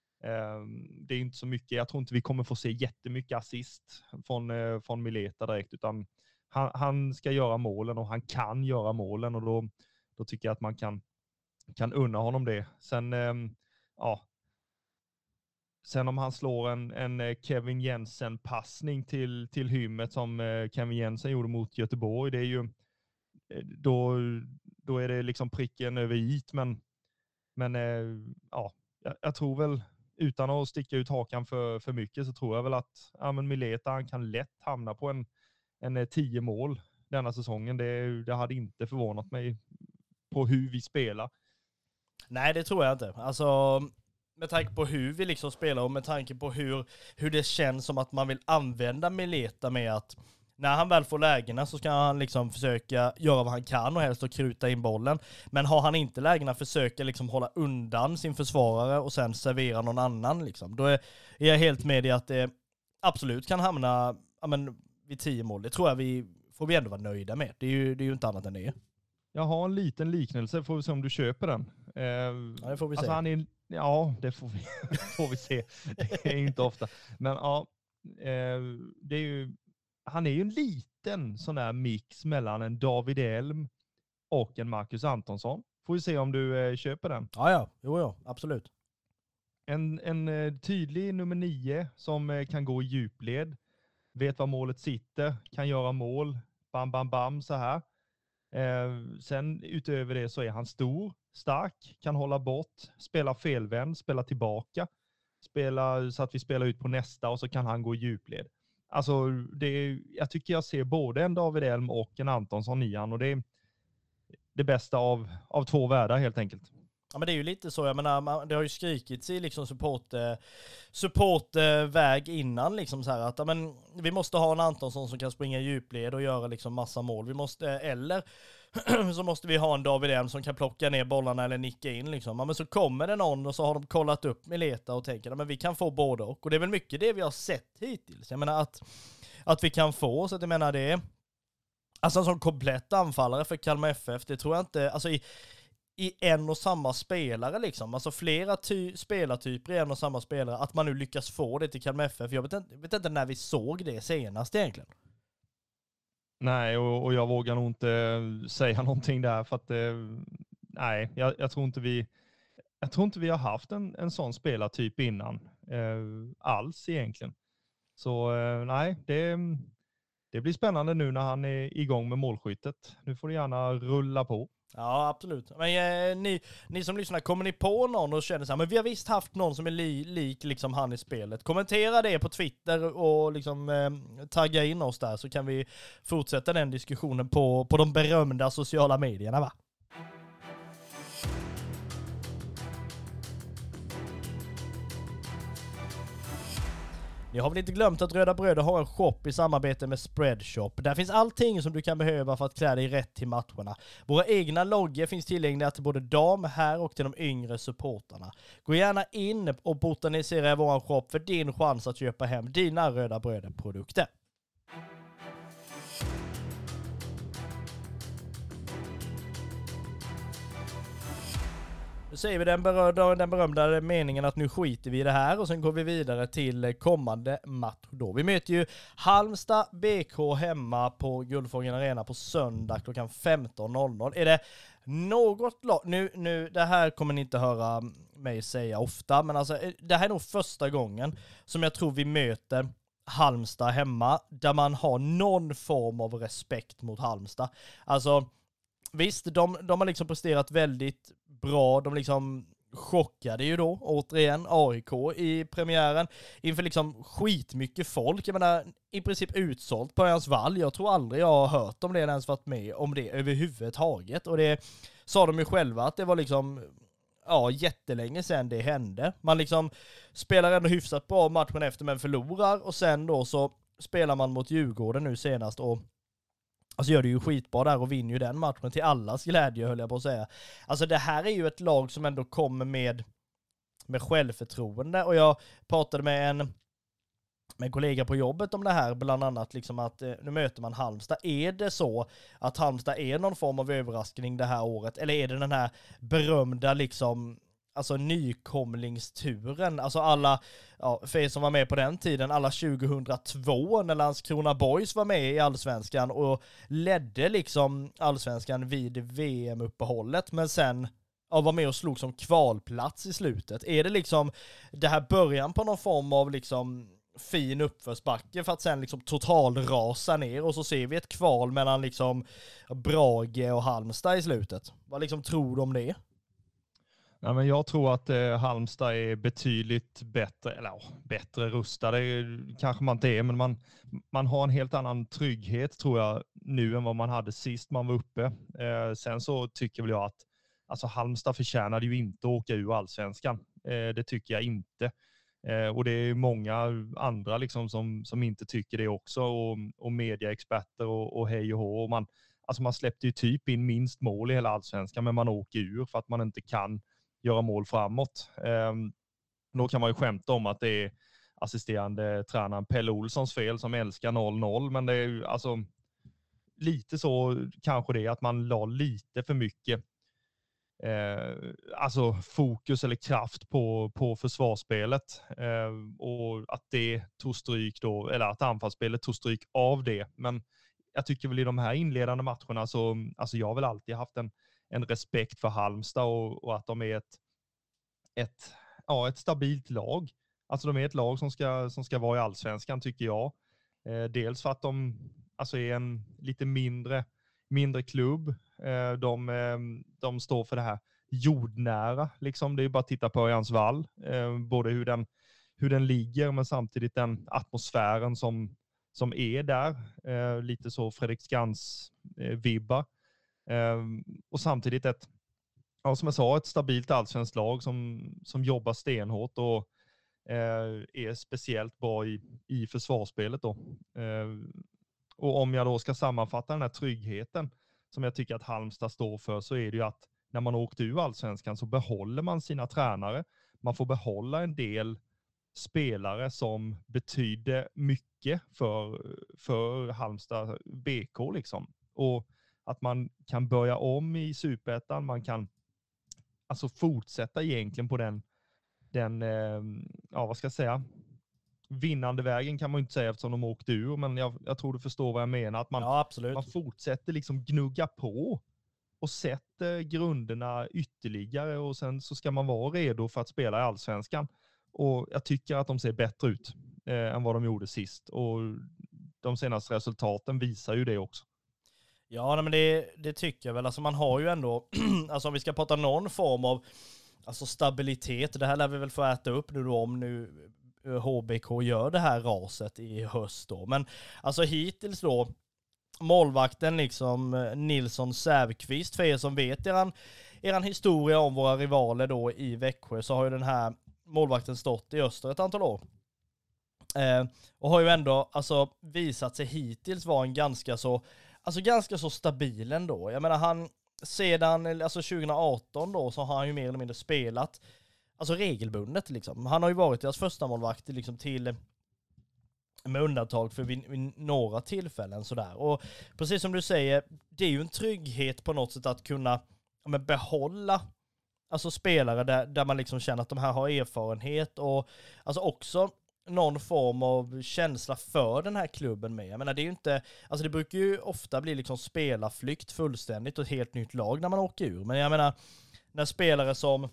Det är inte så mycket, jag tror inte vi kommer få se jättemycket assist från, från Mileta direkt, utan han, han ska göra målen och han kan göra målen och då, då tycker jag att man kan, kan unna honom det. Sen, ja, sen om han slår en, en Kevin Jensen-passning till, till hymmet som Kevin Jensen gjorde mot Göteborg, det är ju då, då är det liksom pricken över it, men, men ja, jag, jag tror väl utan att sticka ut hakan för, för mycket så tror jag väl att ja, men Mileta han kan lätt hamna på en, en tio mål denna säsongen. Det, det hade inte förvånat mig på hur vi spelar. Nej, det tror jag inte. Alltså, med tanke på hur vi liksom spelar och med tanke på hur, hur det känns som att man vill använda Mileta med att när han väl får lägena så ska han liksom försöka göra vad han kan och helst att kruta in bollen. Men har han inte lägena, försöka liksom hålla undan sin försvarare och sen servera någon annan liksom. Då är jag helt med i att det absolut kan hamna ja, men, vid tio mål. Det tror jag vi får vi ändå vara nöjda med. Det är ju, det är ju inte annat än det. Jag har en liten liknelse, får vi se om du köper den. Eh, ja, det får vi alltså se. Han är, ja, det får vi, får vi se. Det är inte ofta. Men ja, eh, det är ju, han är ju en liten sån där mix mellan en David Elm och en Marcus Antonsson. Får vi se om du eh, köper den. Ja, ja. Jo, ja. Absolut. En, en eh, tydlig nummer nio som eh, kan gå i djupled. Vet var målet sitter. Kan göra mål. Bam, bam, bam så här. Eh, sen utöver det så är han stor, stark, kan hålla bort, spela felvänd, spela tillbaka, spela så att vi spelar ut på nästa och så kan han gå i djupled. Alltså det är, jag tycker jag ser både en David Elm och en Antonsson i han och det är det bästa av, av två världar helt enkelt. Ja, men det är ju lite så, jag menar, det har ju skrikits i liksom support, supportväg innan liksom så här att ja, men, vi måste ha en Antonsson som kan springa i djupled och göra liksom massa mål. Vi måste, eller så måste vi ha en David Elm som kan plocka ner bollarna eller nicka in liksom. Ja, men så kommer det någon och så har de kollat upp Mileta och tänker, ja, men vi kan få både och. Och det är väl mycket det vi har sett hittills. Jag menar att, att vi kan få, så att jag menar det, alltså en sån komplett anfallare för Kalmar F F, det tror jag inte, alltså i i en och samma spelare liksom. Alltså flera ty- spelartyper i en och samma spelare. Att man nu lyckas få det till Kalmar F F. Jag vet inte, vet inte när vi såg det senast egentligen. Nej, och, och jag vågar nog inte säga någonting där för att eh, nej, jag, jag tror inte vi jag tror inte vi har haft en, en sån spelartyp innan eh, alls egentligen. Så eh, nej, det, det blir spännande nu när han är igång med målskyttet. Nu får det gärna rulla på. Ja, absolut. Men eh, ni, ni som lyssnar, kommer ni på någon och känner så här, men vi har visst haft någon som är li, lik liksom han i spelet. Kommentera det på Twitter och liksom eh, tagga in oss där så kan vi fortsätta den diskussionen på, på de berömda sociala medierna, va? Ni har väl inte glömt att Röda Bröder har en shop i samarbete med Spreadshop. Där finns allting som du kan behöva för att klä dig rätt till matcherna. Våra egna loggor finns tillgängliga till både dam, här och till de yngre supportarna. Gå gärna in och botanisera i vår shop för din chans att köpa hem dina Röda Bröder-produkter. Nu säger vi den berömda, den berömda meningen att nu skiter vi i det här och sen går vi vidare till kommande match då. Vi möter ju Halmstad B K hemma på Guldfågeln Arena på söndag klockan femton noll noll. Är det något lag, nu, nu, det här kommer ni inte höra mig säga ofta, men alltså det här är nog första gången som jag tror vi möter Halmstad hemma där man har någon form av respekt mot Halmstad. Alltså visst, de, de har liksom presterat väldigt bra. De liksom chockade ju då, återigen, A I K i premiären. Inför liksom skitmycket folk. Jag menar, i princip utsålt på Örjans vall. Jag tror aldrig jag har hört om det ens varit med om det överhuvudtaget. Och det sa de ju själva att det var liksom, ja, jättelänge sedan det hände. Man liksom spelar ändå hyfsat bra matchen efter men förlorar. Och sen då så spelar man mot Djurgården nu senast och alltså gör det ju skitbra där och vinner ju den matchen till allas glädje, höll jag på att säga. Alltså det här är ju ett lag som ändå kommer med, med självförtroende. Och jag pratade med en, med en kollega på jobbet om det här, bland annat liksom att eh, nu möter man Halmstad. Är det så att Halmstad är någon form av överraskning det här året? Eller är det den här berömda liksom, alltså nykomlingsturen, alltså alla, ja, för er som var med på den tiden, alla tjugohundratvå när Landskrona Boys var med i Allsvenskan och ledde liksom Allsvenskan vid V M-uppehållet, men sen ja, var med och slog som kvalplats i slutet. Är det liksom det här början på någon form av liksom fin uppförsbacke för att sen liksom total rasa ner och så ser vi ett kval mellan liksom Brage och Halmstad i slutet? Vad liksom tror du om det? Ja, men jag tror att eh, Halmstad är betydligt bättre, eller ja, bättre rustade kanske man inte är, men man, man har en helt annan trygghet tror jag nu än vad man hade sist man var uppe. Eh, sen så tycker väl jag att alltså Halmstad förtjänade ju inte att åka ur Allsvenskan. Eh, det tycker jag inte. Eh, och det är många andra liksom som, som inte tycker det också. Och, och mediaexperter och, och hej och hå. Och man, alltså man släppte ju typ in minst mål i hela allsvenskan, men man åker ur för att man inte kan göra mål framåt. Eh, då kan man ju skämta om att det är assisterande tränaren Pelle Olssons fel som älskar noll noll. Men det är ju alltså lite så kanske det är att man la lite för mycket Eh, alltså fokus eller kraft på, på försvarsspelet eh, och att det tog stryk då, eller att anfallsspelet tog stryk av det. Men jag tycker väl i de här inledande matcherna så, alltså jag har väl alltid haft en, en respekt för Halmstad och, och att de är ett, ett, ja, ett stabilt lag. Alltså de är ett lag som ska, som ska vara i allsvenskan tycker jag. Eh, dels för att de alltså är en lite mindre mindre klubb. De, de står för det här jordnära. Liksom. Det är bara att titta på Örjansvall. Både hur den, hur den ligger men samtidigt den atmosfären som, som är där. Lite så Fredriksskans-vibbar. Och samtidigt ett, ja, som jag sa, ett stabilt allsvenskt lag som, som jobbar stenhårt och är speciellt bra i, i försvarsspelet då. Och om jag då ska sammanfatta den här tryggheten som jag tycker att Halmstad står för, så är det ju att när man åkt ur allsvenskan så behåller man sina tränare. Man får behålla en del spelare som betyder mycket för, för Halmstad B K liksom. Och att man kan börja om i Superettan, man kan alltså fortsätta egentligen på den, den eh, ja vad ska jag säga, vinnande vägen kan man inte säga eftersom de åkte ur, men jag, jag tror du förstår vad jag menar. Att man, ja, absolut. man fortsätter liksom gnugga på och sätter grunderna ytterligare och sen så ska man vara redo för att spela i allsvenskan. Och jag tycker att de ser bättre ut eh, än vad de gjorde sist. Och de senaste resultaten visar ju det också. Ja, nej, men det, det tycker jag väl. Alltså man har ju ändå, alltså om vi ska prata någon form av alltså stabilitet, det här lär vi väl få äta upp nu då om nu H B K gör det här raset i höst då. Men alltså hittills då, målvakten liksom Nilsson Sävqvist, för er som vet eran, eran historia om våra rivaler då i Växjö, så har ju den här målvakten stått i Öster ett antal år. Eh, och har ju ändå alltså visat sig hittills vara en ganska så, alltså ganska så stabil ändå. Jag menar han, sedan alltså tjugo arton då så har han ju mer eller mindre spelat alltså regelbundet liksom. Han har ju varit deras första målvakt liksom till, med undantag för vid, vid några tillfällen sådär. Och precis som du säger, det är ju en trygghet på något sätt att kunna ja, behålla alltså spelare där, där man liksom känner att de här har erfarenhet och alltså också någon form av känsla för den här klubben med. Jag menar det är ju inte, alltså det brukar ju ofta bli liksom spelarflykt fullständigt och ett helt nytt lag när man åker ur. Men jag menar, när spelare som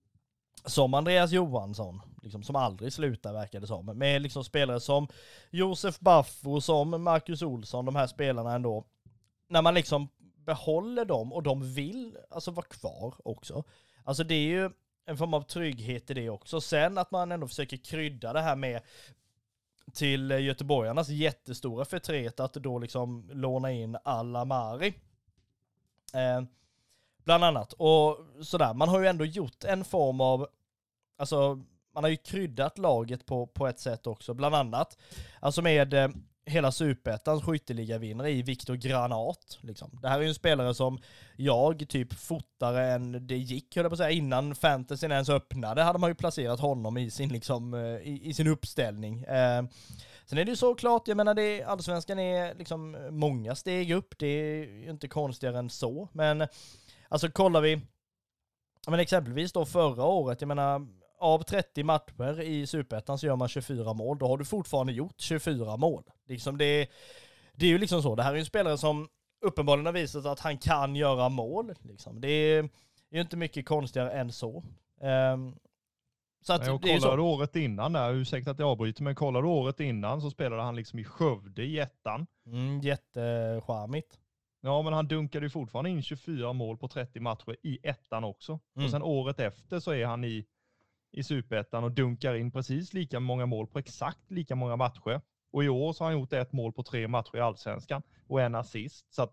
som Andreas Johansson, liksom, som aldrig slutar verkar det som, med liksom spelare som Josef Baffo, som Marcus Olsson, de här spelarna ändå, när man liksom behåller dem och de vill alltså vara kvar också. Alltså det är ju en form av trygghet i det också. Sen att man ändå försöker krydda det här med till göteborgarnas jättestora förtret att då liksom låna in Alamari. Eh, Bland annat. Och sådär. Man har ju ändå gjort en form av, alltså man har ju kryddat laget på, på ett sätt också. Bland annat. Alltså med eh, hela Superettans skytteligavinnare i Viktor Granat. Liksom. Det här är ju en spelare som jag typ fortare än det gick, höll jag på att säga, innan fantasyn ens öppnade hade man ju placerat honom i sin, liksom, i, i sin uppställning. Eh, Sen är det ju såklart, jag menar det, allsvenskan är liksom många steg upp. Det är ju inte konstigare än så. Men alltså kollar vi, men exempelvis då förra året, jag menar av trettio matcher i Superettan så gör man tjugofyra mål. Då har du fortfarande gjort tjugofyra mål. Liksom det, det är ju liksom så. Det här är ju en spelare som uppenbarligen har visat att han kan göra mål. Liksom. Det är ju inte mycket konstigare än så. Um, så att jag det är kollar så. Året innan där, ursäkta att jag avbryter, men kollar du året innan så spelade han liksom i Skövde i ettan. Mm, jättecharmigt. Ja, men han dunkade ju fortfarande in tjugofyra mål på trettio matcher i ettan också. Mm. Och sen året efter så är han i, i Superettan och dunkar in precis lika många mål på exakt lika många matcher. Och i år så har han gjort ett mål på tre matcher i allsvenskan och en assist. Så att,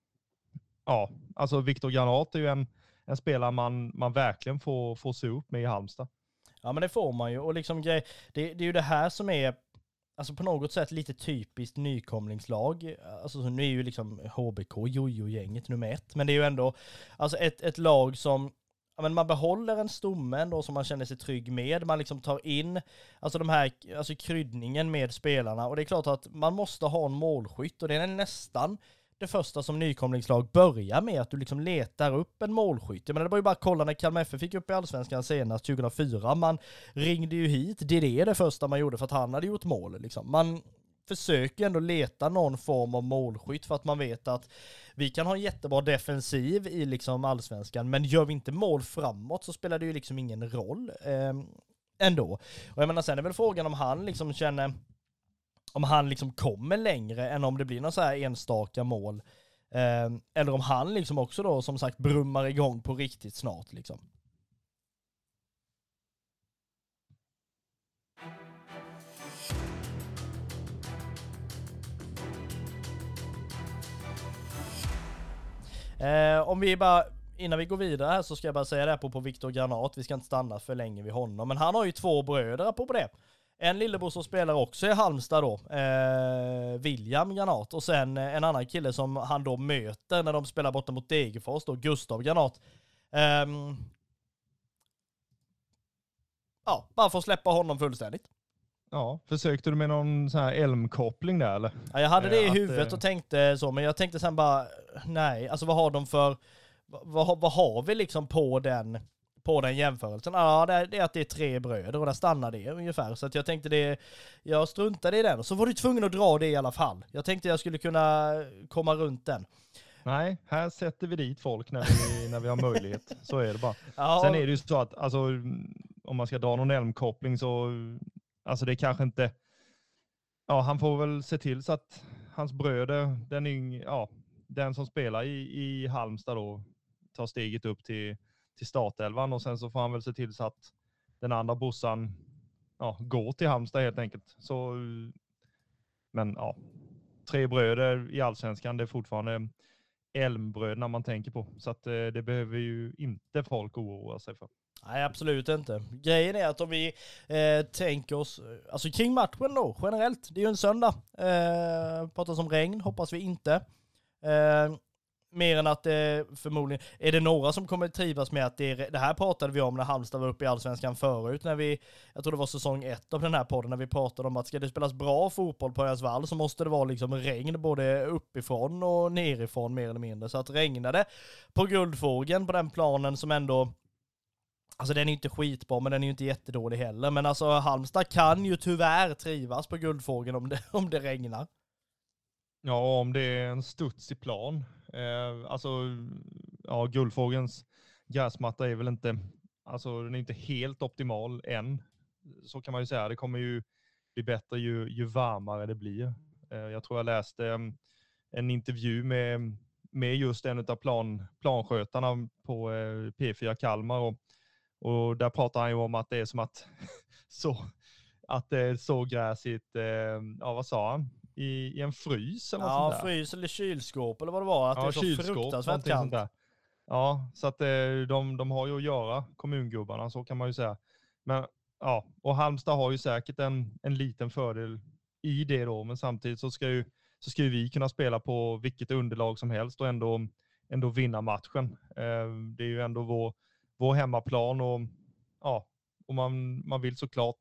ja, alltså Viktor Granat är ju en, en spelare man, man verkligen får, får se upp med i Halmstad. Ja men det får man ju, och liksom grej, det, det är ju det här som är alltså på något sätt lite typiskt nykomlingslag. Alltså så nu är ju liksom H B K jojo-gänget nummer ett, men det är ju ändå alltså ett, ett lag som ja, men man behåller en stomme ändå som man känner sig trygg med. Man liksom tar in alltså de här, alltså kryddningen med spelarna, och det är klart att man måste ha en målskytt, och det är nästan det första som nykomlingslag börjar med, att du liksom letar upp en målskytt. Jag menar, det var ju bara att kolla när Kalmar F F fick upp i Allsvenskan senast tjugohundrafyra. Man ringde ju hit, det är det, det första man gjorde för att han hade gjort mål. Liksom. Man försöker ändå leta någon form av målskytt för att man vet att vi kan ha en jättebra defensiv i liksom Allsvenskan, men gör vi inte mål framåt så spelar det ju liksom ingen roll eh, ändå. Och jag menar, sen är väl frågan om han liksom känner om han liksom kommer längre än om det blir någon så här enstaka mål. Eh, eller om han liksom också då som sagt brummar igång på riktigt snart liksom. Eh, om vi bara, innan vi går vidare här så ska jag bara säga det på på Viktor Granat. Vi ska inte stanna för länge vid honom. Men han har ju två bröder på det. En lillebror som spelar också i Halmstad då, eh, William Granat, och sen en annan kille som han då möter när de spelar borta mot Degerfors då, Gustav Granat. Eh, ja, bara för att släppa honom fullständigt. Ja, försökte du med någon sån här elmkoppling där eller? Ja, jag hade det i att, huvudet och tänkte så, men jag tänkte sen bara, nej, alltså vad har de för, vad, vad har vi liksom på den, på den jämförelsen? Ja, det är, det är att det är tre bröder och där stannar det ungefär. Så att jag tänkte det, jag struntade i den. Och så var du tvungen att dra det i alla fall. Jag tänkte jag skulle kunna komma runt den. Nej, här sätter vi dit folk när vi, när vi har möjlighet. Så är det bara. Ja. Sen är det ju så att, alltså, om man ska dra någon elmkoppling så, alltså det är kanske inte, ja, han får väl se till så att hans bröder, den yng, ja, den som spelar i, i Halmstad då, tar steget upp till, till startelvan, och sen så får han väl se till så att den andra brorsan, ja, går till Halmstad helt enkelt. Så, men ja, tre bröder i Allsvenskan, det är fortfarande elmbröderna man tänker på. Så att eh, det behöver ju inte folk oroa sig för. Nej, absolut inte. Grejen är att om vi eh, tänker oss, alltså kring matchen då, generellt, det är ju en söndag. Eh, pratas om regn, hoppas vi inte. Eh, mer än att det eh, förmodligen, är det några som kommer trivas med att det är, det här pratade vi om när Halmstad var uppe i Allsvenskan förut, när vi, jag tror det var säsong ett av den här podden, när vi pratade om att ska det spelas bra fotboll på Ösvall så måste det vara liksom regn både uppifrån och nerifrån mer eller mindre. Så att regnade på Guldfågeln på den planen som ändå, alltså den är ju inte skitbra, men den är ju inte jättedålig heller. Men alltså Halmstad kan ju tyvärr trivas på Guldfågeln om det, om det regnar. Ja, om det är en studsig plan. Eh, alltså, ja, Guldfågelns gräsmatta är väl inte, alltså den är inte helt optimal än. Så kan man ju säga. Det kommer ju bli bättre ju, ju varmare det blir. Eh, jag tror jag läste eh, en intervju med, med just en av plan, planskötarna på eh, P fyra Kalmar, och Och där pratar han ju om att det är som att så att det är så gräsigt, eh, ja vad sa han? I, i en frys eller ja, sånt där. frys eller kylskåp eller vad det var. Att ja, det är så kylskåp, fruktansvärt kallt. där. Ja, så att eh, de, de har ju att göra, kommungubbarna, så kan man ju säga. Men ja, och Halmstad har ju säkert en, en liten fördel i det då, men samtidigt så ska ju, så ska ju vi kunna spela på vilket underlag som helst och ändå, ändå vinna matchen. Eh, det är ju ändå vår vår hemmaplan, och ja, och man, man vill såklart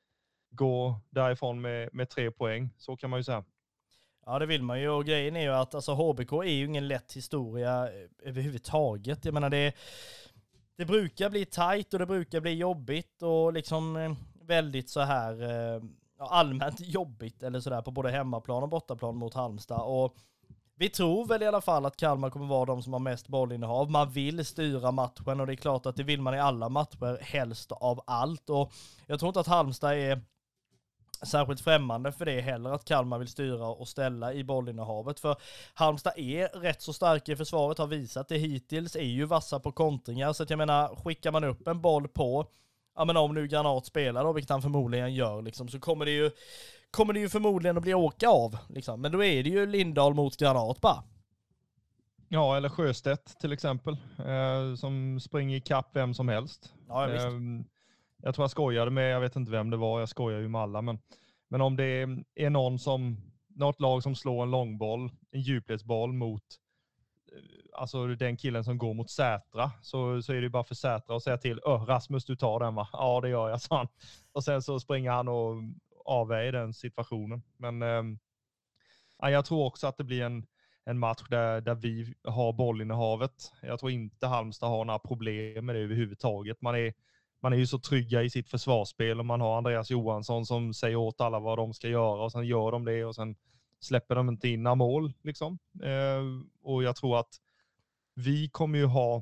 gå därifrån med, med tre poäng, så kan man ju säga. Ja, det vill man ju, och grejen är ju att alltså, H B K är ju ingen lätt historia överhuvudtaget. Jag menar, det, det brukar bli tajt och det brukar bli jobbigt och liksom väldigt så här allmänt jobbigt eller sådär på både hemmaplan och bortaplan mot Halmstad. Och vi tror väl i alla fall att Kalmar kommer vara de som har mest bollinnehav. Man vill styra matchen, och det är klart att det vill man i alla matcher, helst av allt. Och jag tror inte att Halmstad är särskilt främmande för det heller, att Kalmar vill styra och ställa i bollinnehavet. För Halmstad är rätt så starka i försvaret, har visat det hittills, är ju vassa på kontringar. Så att jag menar, skickar man upp en boll på, ja men om nu Granat spelar då, vilket han förmodligen gör, liksom, så kommer det ju kommer det ju förmodligen att bli åka av. Liksom. Men då är det ju Lindahl mot Granat bara. Ja, eller Sjöstedt till exempel, eh, som springer i kapp vem som helst. Ja, eh, jag tror jag skojade med, jag vet inte vem det var, jag skojar ju med alla, men, men om det är, är någon som, något lag som slår en långboll, en djupledsboll mot alltså den killen som går mot Sätra, så, så är det ju bara för Sätra att säga till, Öh, Rasmus du tar den va? Ja det gör jag, sa han. Och sen så springer han och avväger den situationen. Men eh, jag tror också att det blir en, en match där, där vi har bollinnehavet. Jag tror inte Halmstad har några problem med det överhuvudtaget. Man är, man är ju så trygga i sitt försvarsspel och man har Andreas Johansson som säger åt alla vad de ska göra och sen gör de det och sen släpper de inte in några mål. Liksom. Eh, och jag tror att vi kommer ju ha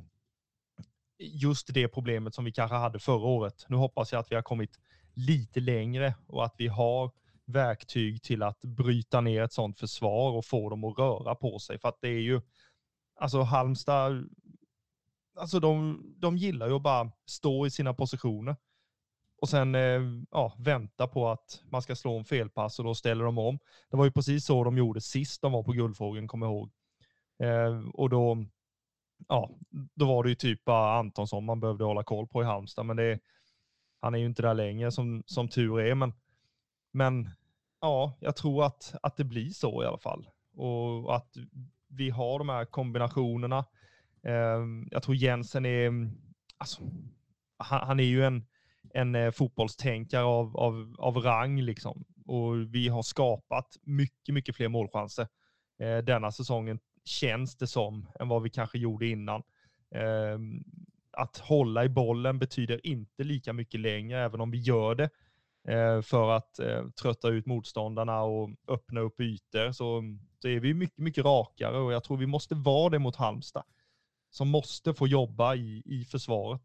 just det problemet som vi kanske hade förra året. Nu hoppas jag att vi har kommit lite längre och att vi har verktyg till att bryta ner ett sådant försvar och få dem att röra på sig. För att det är ju, alltså Halmstad, alltså de, de gillar ju att bara stå i sina positioner och sen eh, ja, vänta på att man ska slå en felpass och då ställer de om. Det var ju precis så de gjorde sist de var på Guldfågeln, kommer jag ihåg. Eh, och då, ja, då var det ju typ bara Antonsson man behövde hålla koll på i Halmstad, men det, han är ju inte där längre som, som tur är, men, men ja, jag tror att, att det blir så i alla fall. Och att vi har de här kombinationerna. Eh, jag tror Jensen är, alltså, han, han är ju en en eh, fotbollstänkare av, av, av rang liksom. Och vi har skapat mycket, mycket fler målchanser eh, denna säsongen, känns det som, än vad vi kanske gjorde innan. Eh, att hålla i bollen betyder inte lika mycket längre, även om vi gör det eh, för att eh, trötta ut motståndarna och öppna upp ytor, så, så är vi mycket, mycket rakare, och jag tror vi måste vara det mot Halmstad, som måste få jobba i, i försvaret.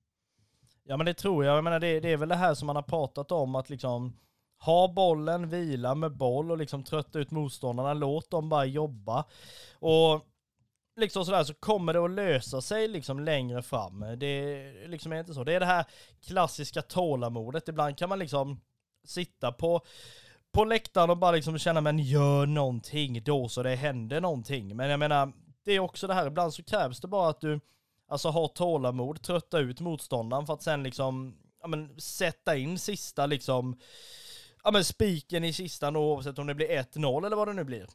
Ja men det tror jag. Jag menar det, det är väl det här som man har pratat om, att liksom ha bollen, vila med boll och liksom trötta ut motståndarna, låt dem bara jobba. Och liksom sådär så kommer det att lösa sig liksom längre fram. Det liksom är inte så. Det är det här klassiska tålamodet. Ibland kan man liksom sitta på på läktaren och bara liksom känna, men gör någonting då så det händer någonting. Men jag menar, det är också det här, ibland så krävs det bara att du alltså har tålamod, trötta ut motståndaren för att sen liksom ja, men, sätta in sista liksom ja, men, spiken i kistan, oavsett om det blir ett noll eller vad det nu blir.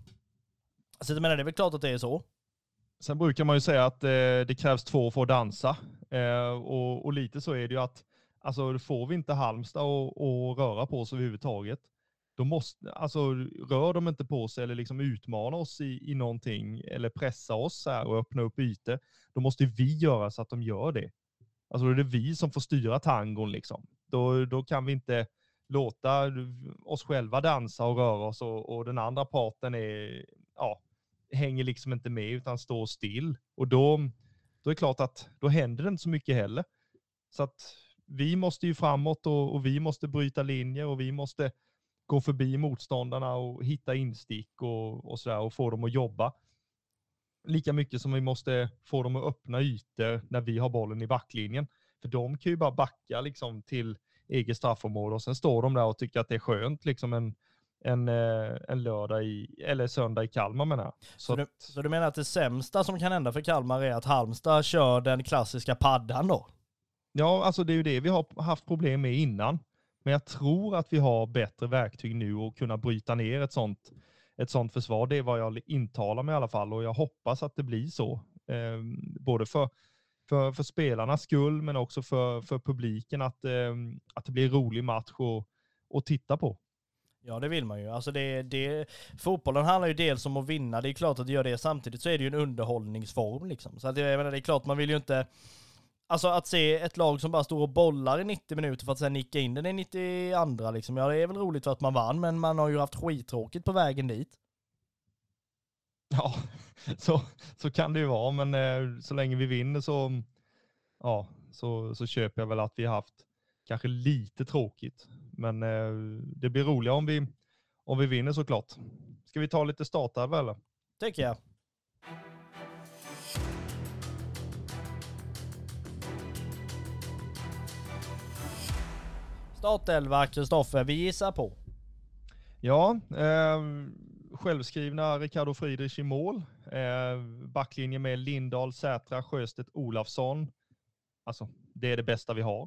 Så jag menar, det är väl klart att det är så. Sen brukar man ju säga att eh, det krävs två för att dansa. Eh, och, och lite så är det ju att alltså, får vi inte Halmstad och, och röra på oss överhuvudtaget, då måste, alltså, rör de inte på sig eller liksom utmana oss i, i någonting eller pressa oss här och öppna upp ytor, då måste vi göra så att de gör det. Alltså då är det vi som får styra tangon liksom. Då, då kan vi inte låta oss själva dansa och röra oss och, och den andra parten är, ja, hänger liksom inte med utan står still. Och då, då är det klart att då händer det inte så mycket heller. Så att vi måste ju framåt och, och vi måste bryta linjer och vi måste gå förbi motståndarna och hitta instick och, och sådär och få dem att jobba. Lika mycket som vi måste få dem att öppna ytor när vi har bollen i backlinjen. För de kan ju bara backa liksom till eget straffområde och sen står de där och tycker att det är skönt liksom en, en, en lördag i, eller söndag i Kalmar menar jag. Så, så, du, att, så du menar att det sämsta som kan hända för Kalmar är att Halmstad kör den klassiska paddan då? Ja, alltså det är ju det vi har haft problem med innan. Men jag tror att vi har bättre verktyg nu och kunna bryta ner ett sånt, ett sånt försvar. Det är vad jag intalar mig i alla fall och jag hoppas att det blir så. Eh, både för, för, för spelarnas skull men också för, för publiken att, eh, att det blir en rolig match och, och titta på. Ja, det vill man ju. Alltså det, det, fotbollen handlar ju dels om att vinna. Det är klart att det gör det. Samtidigt så är det ju en underhållningsform liksom. Så att jag menar, det är klart man vill ju inte... Alltså att se ett lag som bara står och bollar i nittio minuter för att sen nicka in den i nittioandra liksom. Ja, det är väl roligt för att man vann, men man har ju haft skittråkigt på vägen dit. Ja, så, så kan det ju vara. Men eh, så länge vi vinner så, ja, så, så köper jag väl att vi har haft kanske lite tråkigt. Men eh, det blir roligare om vi, om vi vinner såklart. Ska vi ta lite startelva eller? Tycker jag. Startelva, Kristoffer, vi gissar på. Ja, eh, självskrivna Ricardo Friedrich i mål. Eh, backlinje med Lindahl, Sätra, Sjöstedt, Olafsson. Alltså, det är det bästa vi har.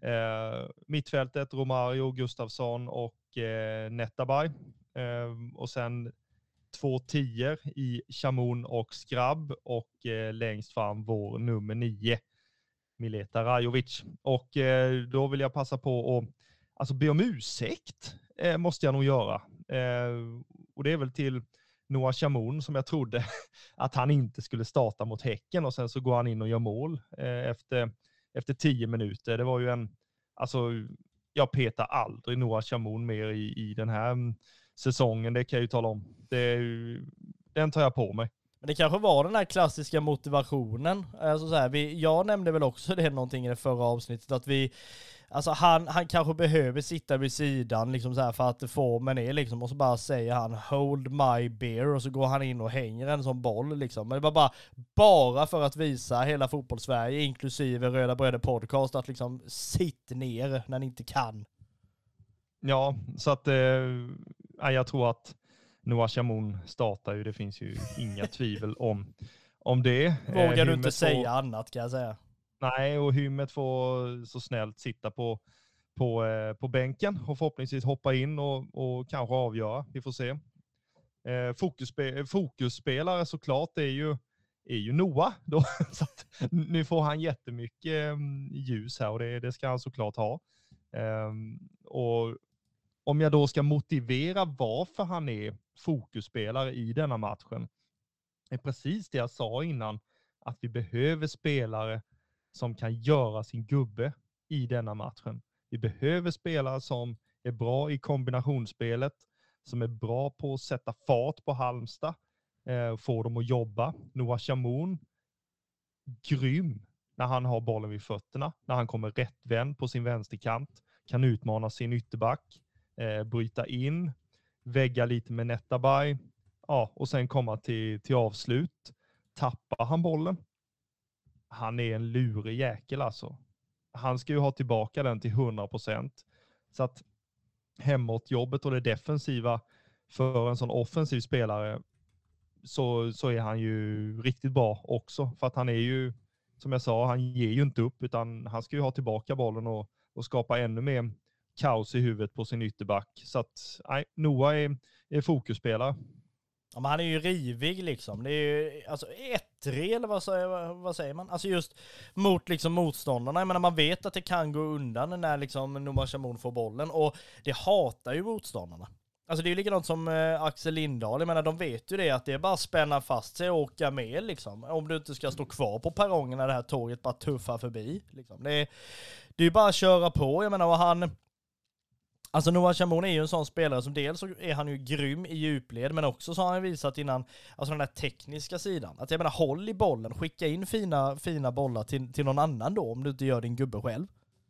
Eh, mittfältet Romario, Gustafsson och eh, Netabay. Eh, och sen två tior i Chamoun och Skrabb och eh, längst fram vår nummer nio, Mileta Rajovic. Och eh, då vill jag passa på att alltså, be om ursäkt, eh, måste jag nog göra. Eh, och det är väl till Noah Chamoun som jag trodde att han inte skulle starta mot Häcken, och sen så går han in och gör mål eh, efter, efter tio minuter. Det var ju en, alltså jag petar aldrig Noah Chamoun mer i, i den här säsongen, det kan jag ju tala om. Det, den tar jag på mig. Men det kanske var den här klassiska motivationen. Alltså så här, vi, jag nämnde väl också det någonting i det förra avsnittet, att vi, alltså han, han kanske behöver sitta vid sidan liksom så här för att formen är liksom, och så bara säger han hold my beer och så går han in och hänger en sån boll liksom. Men det var bara, bara för att visa hela fotbollssverige, inklusive Röda Bröder Podcast, att liksom sitt ner när ni inte kan. Ja, så att eh, jag tror att Noah Chamoun startar ju, det finns ju inga tvivel om, om det. Vågar eh, du inte får, säga annat, kan jag säga. Nej, och Hymmet får så snällt sitta på, på, eh, på bänken och förhoppningsvis hoppa in och, och kanske avgöra. Vi får se. Eh, fokusspe, fokusspelare såklart är ju, är ju Noah. Då, så att nu får han jättemycket eh, ljus här, och det, det ska han såklart ha. Eh, och om jag då ska motivera varför han är fokusspelare i denna matchen, är precis det jag sa innan, att vi behöver spelare som kan göra sin gubbe i denna matchen. Vi behöver spelare som är bra i kombinationsspelet, som är bra på att sätta fart på Halmstad, eh, få dem att jobba. Noah Chamoun, grym när han har bollen vid fötterna, när han kommer rättvänd på sin vänsterkant, kan utmana sin ytterback, eh, bryta in, vägga lite med Netabay, ja, och sen komma till, till avslut. Tappar han bollen, han är en lurig jäkel alltså. Han ska ju ha tillbaka den till hundra procent. Så att hemåtjobbet och det defensiva för en sån offensiv spelare, så, så är han ju riktigt bra också. För att han är ju, som jag sa, han ger ju inte upp, utan han ska ju ha tillbaka bollen och, och skapa ännu mer kaos i huvudet på sin ytterback. Så att nej, Noah är, är fokusspelare. Ja, men han är ju rivig liksom. Det är ju alltså ettrig, eller vad säger, vad säger man? Alltså just mot liksom motståndarna. Jag menar, man vet att det kan gå undan när liksom Noah Chamoun får bollen, och det hatar ju motståndarna. Alltså det är ju likadant som eh, Axel Lindahl. Jag menar, de vet ju det, att det är bara att spänna fast sig och åka med liksom. Om du inte ska stå kvar på perrongen när det här tåget bara tuffar förbi liksom. Det är, det är ju bara att köra på. Jag menar, och han... Alltså Noah Chamoun är ju en sån spelare som dels så är han ju grym i djupled, men också så har han visat innan, alltså den där tekniska sidan. Att jag menar, håll i bollen, skicka in fina, fina bollar till, till någon annan då, om du inte gör din gubbe själv.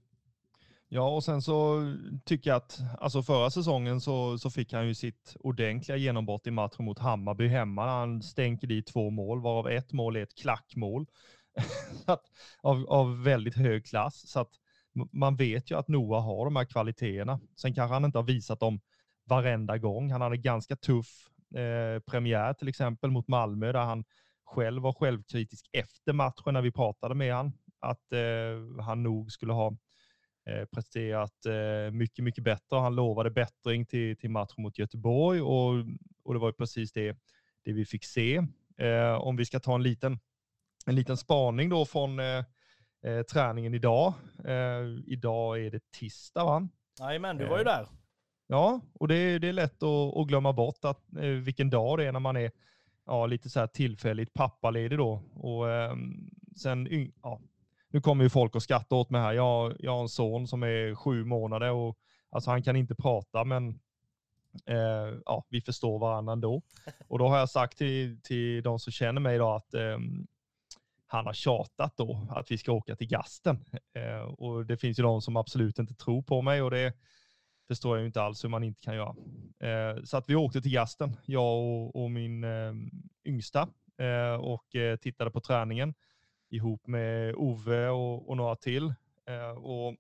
Ja, och sen så tycker jag att alltså förra säsongen så, så fick han ju sitt ordentliga genombrott i matchen mot Hammarby hemma. Han stänker dit två mål, varav ett mål är ett klackmål att, av, av väldigt hög klass. Så att man vet ju att Noah har de här kvaliteterna. Sen kanske han inte har visat dem varenda gång. Han hade ganska tuff eh, premiär till exempel mot Malmö, där han själv var självkritisk efter matchen när vi pratade med han. Att eh, han nog skulle ha eh, presterat eh, mycket, mycket bättre. Han lovade bättring till, till matchen mot Göteborg, och, och det var ju precis det, det vi fick se. Eh, om vi ska ta en liten, en liten spaning då från eh, Eh, träningen idag. Eh, idag är det tisdag, va? Nej, men du var ju där. Ja, och det, det är lätt att, att glömma bort att, eh, vilken dag det är när man är ja, lite så här tillfälligt pappaledig då. Och eh, sen, ja, nu kommer ju folk att skratta åt mig här. Jag, jag har en son som är sju månader och alltså han kan inte prata, men eh, ja, vi förstår varandra ändå. Och då har jag sagt till, till de som känner mig idag att eh, han har tjatat då att vi ska åka till Gasten. Eh, och det finns ju de som absolut inte tror på mig, och det förstår jag ju inte alls hur man inte kan göra. Eh, så att vi åkte till Gasten, jag och, och min eh, yngsta, eh, och eh, tittade på träningen ihop med Ove och, och några till. Eh, och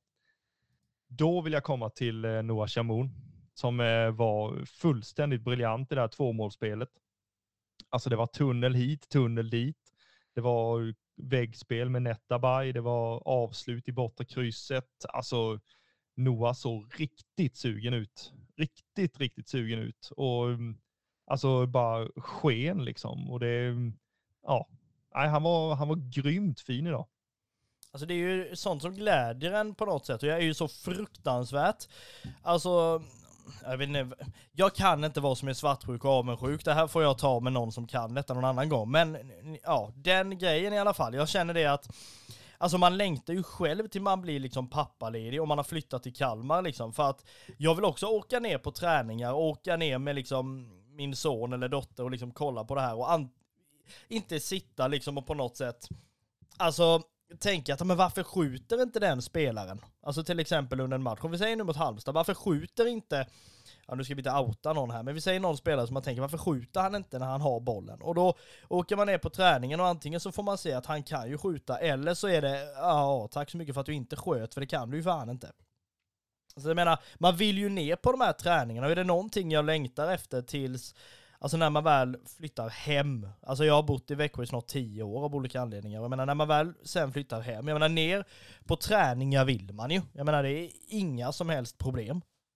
då vill jag komma till eh, Noah Chamoun, som eh, var fullständigt briljant i det här tvåmålsspelet. Alltså det var tunnel hit, tunnel dit. Det var väggspel med Netabay. Det var avslut i borta krysset. Alltså Noah såg riktigt sugen ut. Riktigt, riktigt sugen ut. Och alltså bara sken liksom. Och det, ja, nej, han var, han var grymt fin idag. Alltså det är ju sånt som glädjer en på något sätt. Och jag är ju så fruktansvärt. Alltså, jag vet inte, jag kan inte vara som är svartsjuk och avundsjuk. Det här får jag ta med någon som kan detta någon annan gång. Men ja, den grejen i alla fall. Jag känner det att alltså man längtar ju själv till man blir liksom pappaledig och man har flyttat till Kalmar liksom. För att jag vill också åka ner på träningar, åka ner med liksom min son eller dotter och liksom kolla på det här. Och an- inte sitta liksom och på något sätt, alltså tänka att men varför skjuter inte den spelaren? Alltså till exempel under en match. Om vi säger nu mot Halmstad, varför skjuter inte, ja nu ska vi inte outa någon här, men vi säger någon spelare som man tänker, varför skjuter han inte när han har bollen? Och då åker man ner på träningen och antingen så får man se att han kan ju skjuta, eller så är det, ja tack så mycket för att du inte sköt, för det kan du ju fan inte. Så jag menar, man vill ju ner på de här träningarna, och är det någonting jag längtar efter tills, alltså när man väl flyttar hem, alltså jag har bott i Växjö i snart tio år av olika anledningar, jag menar när man väl sen flyttar hem, jag menar ner på träningar vill man ju, jag menar det är inga som helst problem.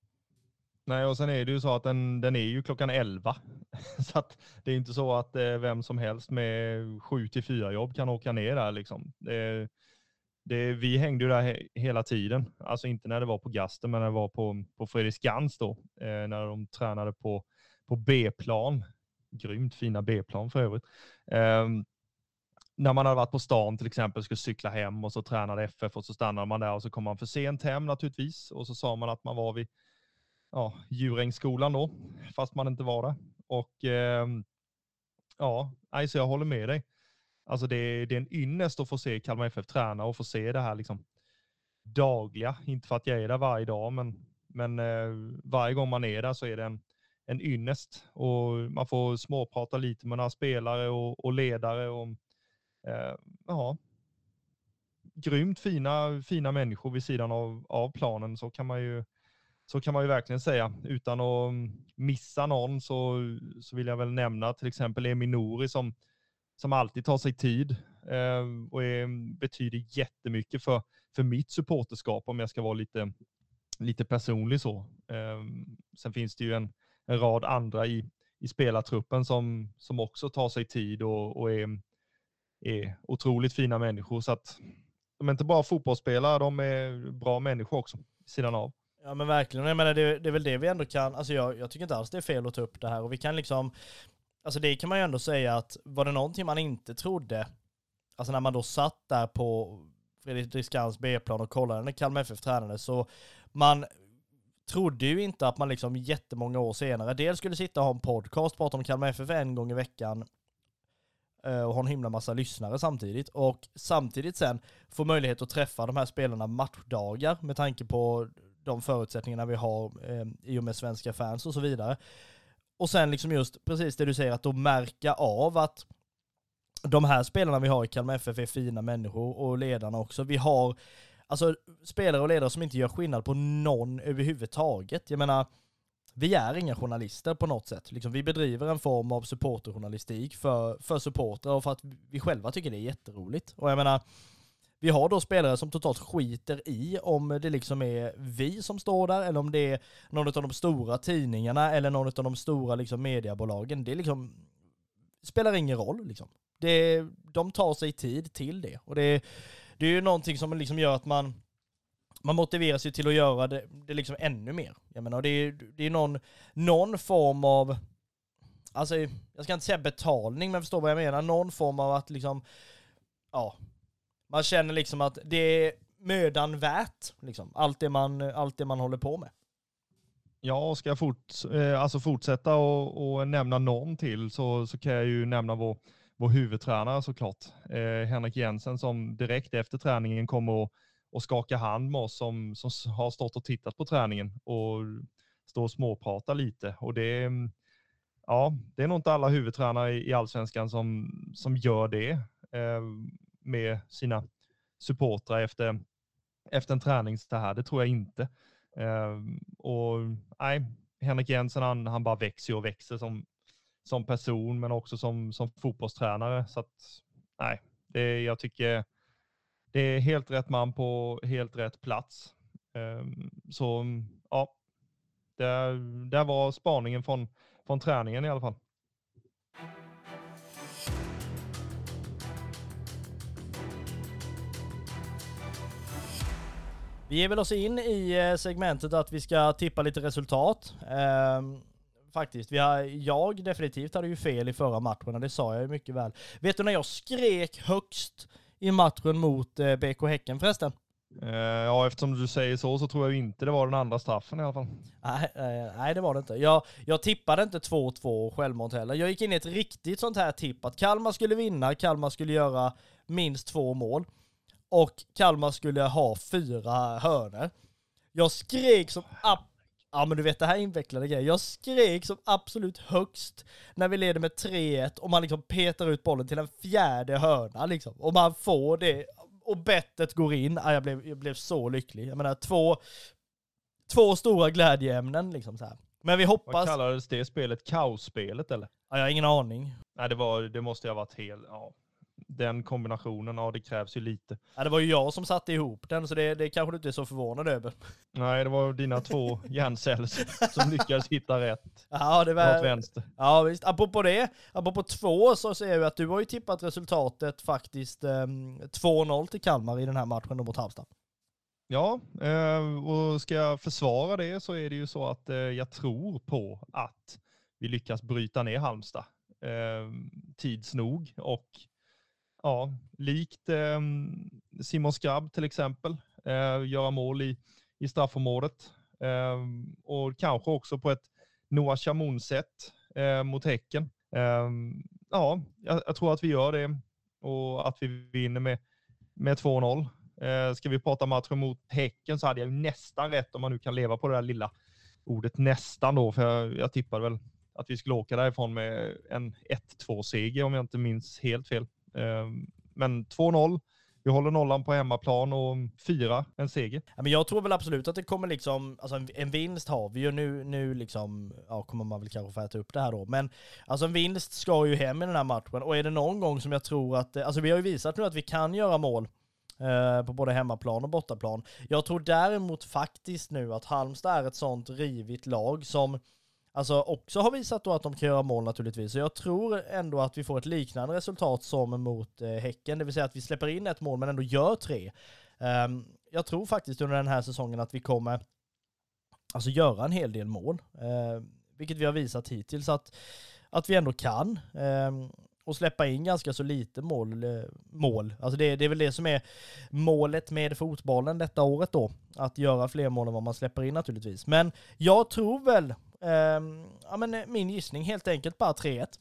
Nej, och sen är det ju så att den, den är ju klockan elva. Så att det är inte så att eh, vem som helst med sju till fyra jobb kan åka ner där liksom. Det, det, vi hängde ju där he, hela tiden. Alltså inte när det var på Gasten, men när det var på, på Fredriksskans då. Eh, när de tränade på, på B-plan. Grymt fina B-plan för övrigt. Eh, när man hade varit på stan till exempel, skulle cykla hem och så tränade F F och så stannade man där och så kom man för sent hem naturligtvis. Och så sa man att man var vid ja, Djurängsskolan då, fast man inte var där. Och eh, ja, alltså jag håller med dig. Alltså det, det är en ynnest att få se Kalmar F F träna och få se det här liksom dagliga. Inte för att jag är där varje dag, men, men eh, varje gång man är där så är det en, en ynnest. Och man får småprata lite med några spelare och, och ledare. Och, eh, ja, grymt fina, fina människor vid sidan av, av planen, så kan man ju Så kan man ju verkligen säga. Utan att missa någon så, så vill jag väl nämna till exempel Emil Nouri som, som alltid tar sig tid eh, och är, betyder jättemycket för, för mitt supporterskap, om jag ska vara lite, lite personlig så. Eh, sen finns det ju en, en rad andra i, i spelartruppen som, som också tar sig tid och, och är, är otroligt fina människor. Så att de är inte bara fotbollsspelare, de är bra människor också sidan av. Ja men verkligen, jag menar det, det är väl det vi ändå kan, alltså jag, jag tycker inte alls det är fel att ta upp det här, och vi kan liksom, alltså det kan man ju ändå säga att var det någonting man inte trodde, alltså när man då satt där på Fredriksskans B-plan och kollade när Kalmar F F tränade, så man trodde ju inte att man liksom jättemånga år senare dels skulle sitta och ha en podcast, prata om Kalmar F F en gång i veckan och ha en himla massa lyssnare samtidigt, och samtidigt sen få möjlighet att träffa de här spelarna matchdagar med tanke på de förutsättningarna vi har eh, i och med svenska fans och så vidare. Och sen liksom just precis det du säger, att då märka av att de här spelarna vi har i Kalmar F F är fina människor, och ledarna också. Vi har alltså spelare och ledare som inte gör skillnad på någon överhuvudtaget. Jag menar, vi är inga journalister på något sätt. Liksom, vi bedriver en form av supporterjournalistik för, för supporter, och för att vi själva tycker det är jätteroligt. Och jag menar, vi har då spelare som totalt skiter i om det liksom är vi som står där, eller om det är någon av de stora tidningarna eller någon av de stora liksom mediebolagen. Det är liksom, spelar ingen roll liksom. Det, de tar sig tid till det. Och det, det är ju någonting som liksom gör att man man motiverar sig till att göra det, det liksom ännu mer. Jag menar, det är, det är någon, någon form av, alltså jag ska inte säga betalning, men förstår vad jag menar. Någon form av att liksom, ja, man känner liksom att det är mödan värt, liksom. Allt det man, allt det man håller på med. Ja, ska jag fort, eh, alltså fortsätta och, och nämna någon till, så, så kan jag ju nämna vår, vår huvudtränare såklart. Eh, Henrik Jensen, som direkt efter träningen kommer och, och skaka hand med oss som, som har stått och tittat på träningen och står och småpratar lite. Och det är, ja, det är nog inte alla huvudtränare i, i Allsvenskan som, som gör det eh, med sina supportrar efter, efter en träning så här. Det tror jag inte. Uh, och nej, Henrik Jensen han, han bara växer och växer som, som person, men också som, som fotbollstränare. Så att nej, Det, jag tycker det är helt rätt man på helt rätt plats. Så ja, där, där var spaningen från, från träningen i alla fall. Vi ger väl oss in i segmentet att vi ska tippa lite resultat. Ehm, faktiskt, vi har, jag definitivt hade ju fel i förra matchen, det sa jag ju mycket väl. Vet du när jag skrek högst i matchen mot eh, B K Häcken förresten? Uh, ja, eftersom du säger så så tror jag inte det var den andra straffen i alla fall. Nej, nej, nej det var det inte. Jag, jag tippade inte två två självmant heller. Jag gick in i ett riktigt sånt här tipp att Kalmar skulle vinna, Kalmar skulle göra minst två mål. Och Kalmar skulle ha fyra hörnor. Jag skrek som ab- ja men du vet det här invecklade grejer. Jag skrek som absolut högst när vi leder med tre ett och man liksom petar ut bollen till en fjärde hörna liksom. Och man får det och bettet går in. Ja, jag blev jag blev så lycklig. Jag menar två två stora glädjeämnen liksom så här. Men vi hoppas. Vad kallades det spelet? Kaosspelet eller? Ja, jag har ingen aning. Nej, det var det måste ju ha varit helt ja. Den kombinationen, ja det krävs ju lite. Ja, det var ju jag som satte ihop den så det, det kanske du inte är så förvånad över. Nej, det var dina två hjärnceller som lyckades hitta rätt. Ja, det var... Åt vänster. Ja, visst. Apropå det, apropå två så ser vi att du har ju tippat resultatet faktiskt um, två noll till Kalmar i den här matchen mot Halmstad. Ja, och ska jag försvara det så är det ju så att jag tror på att vi lyckas bryta ner Halmstad tids nog och ja, likt eh, Simon Skrabb till exempel, eh, göra mål i, i straffområdet. Eh, och kanske också på ett Noah Chamoun-sätt eh, mot Häcken. Eh, ja, jag, jag tror att vi gör det och att vi vinner med, med två noll. Eh, ska vi prata matchen mot Häcken så hade jag nästan rätt om man nu kan leva på det där lilla ordet nästan då. För jag, jag tippade väl att vi skulle åka därifrån med en ett två-seger om jag inte minns helt fel. Men två noll, vi håller nollan på hemmaplan och fyra en seger. Ja, men jag tror väl absolut att det kommer liksom, alltså en, en vinst har vi ju nu, nu liksom, ja kommer man väl kanske få äta upp det här då, men alltså en vinst ska ju hem i den här matchen och är det någon gång som jag tror att, alltså vi har ju visat nu att vi kan göra mål eh, på både hemmaplan och bortaplan. Jag tror däremot faktiskt nu att Halmstad är ett sånt rivigt lag som alltså också har visat då att de kan göra mål naturligtvis. Så jag tror ändå att vi får ett liknande resultat som mot eh, Häcken. Det vill säga att vi släpper in ett mål men ändå gör tre. Um, jag tror faktiskt under den här säsongen att vi kommer alltså göra en hel del mål. Uh, vilket vi har visat hittills att, att vi ändå kan. Um, och släppa in ganska så lite mål. Uh, mål. Alltså det, det är väl det som är målet med fotbollen detta året då. Att göra fler mål än vad man släpper in naturligtvis. Men jag tror väl Um, ja, men min gissning helt enkelt bara tre ett.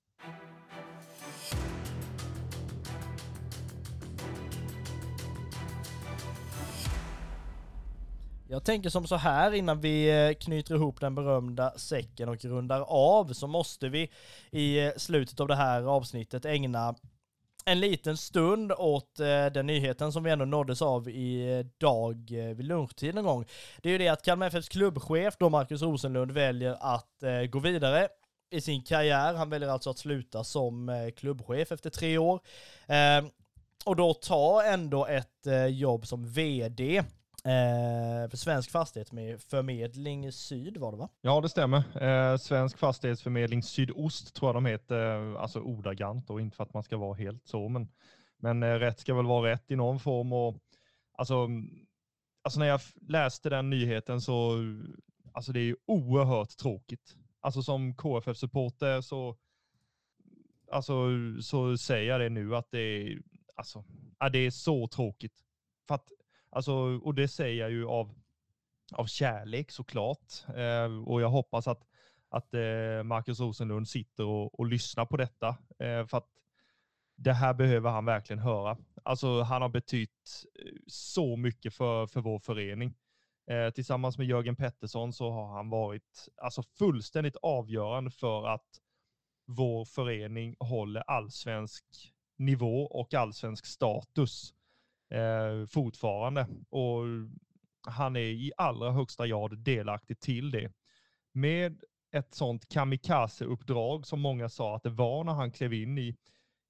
Jag tänker som så här innan vi knyter ihop den berömda säcken och rundar av så måste vi i slutet av det här avsnittet ägna en liten stund åt eh, den nyheten som vi ändå nåddes av i dag eh, vid lunchtid någon gång. Det är ju det att Kalmar F F:s klubbchef då Marcus Rosenlund väljer att eh, gå vidare i sin karriär. Han väljer alltså att sluta som eh, klubbchef efter tre år. Eh, och då ta ändå ett eh, jobb som vd eh, för Svensk Fastighetsförmedling Syd var det va? Ja det stämmer. Eh, Svensk Fastighetsförmedling Sydost tror jag de heter, alltså ordagrant och inte för att man ska vara helt så men, men eh, rätt ska väl vara rätt i någon form och alltså, alltså när jag läste den nyheten så alltså det är ju oerhört tråkigt. Alltså som K F F-supporter så alltså så säger jag det nu att det är alltså ja, det är så tråkigt. För att alltså och det säger jag ju av av kärlek såklart. Eh, och jag hoppas att att eh, Marcus Rosenlund sitter och, och lyssnar på detta eh, för att det här behöver han verkligen höra. Alltså han har betytt så mycket för för vår förening. Eh, tillsammans med Jörgen Pettersson så har han varit alltså fullständigt avgörande för att vår förening håller allsvensk nivå och allsvensk status eh, fortfarande. Och han är i allra högsta grad delaktig till det. Med ett sånt kamikaze-uppdrag som många sa att det var när han klev in i,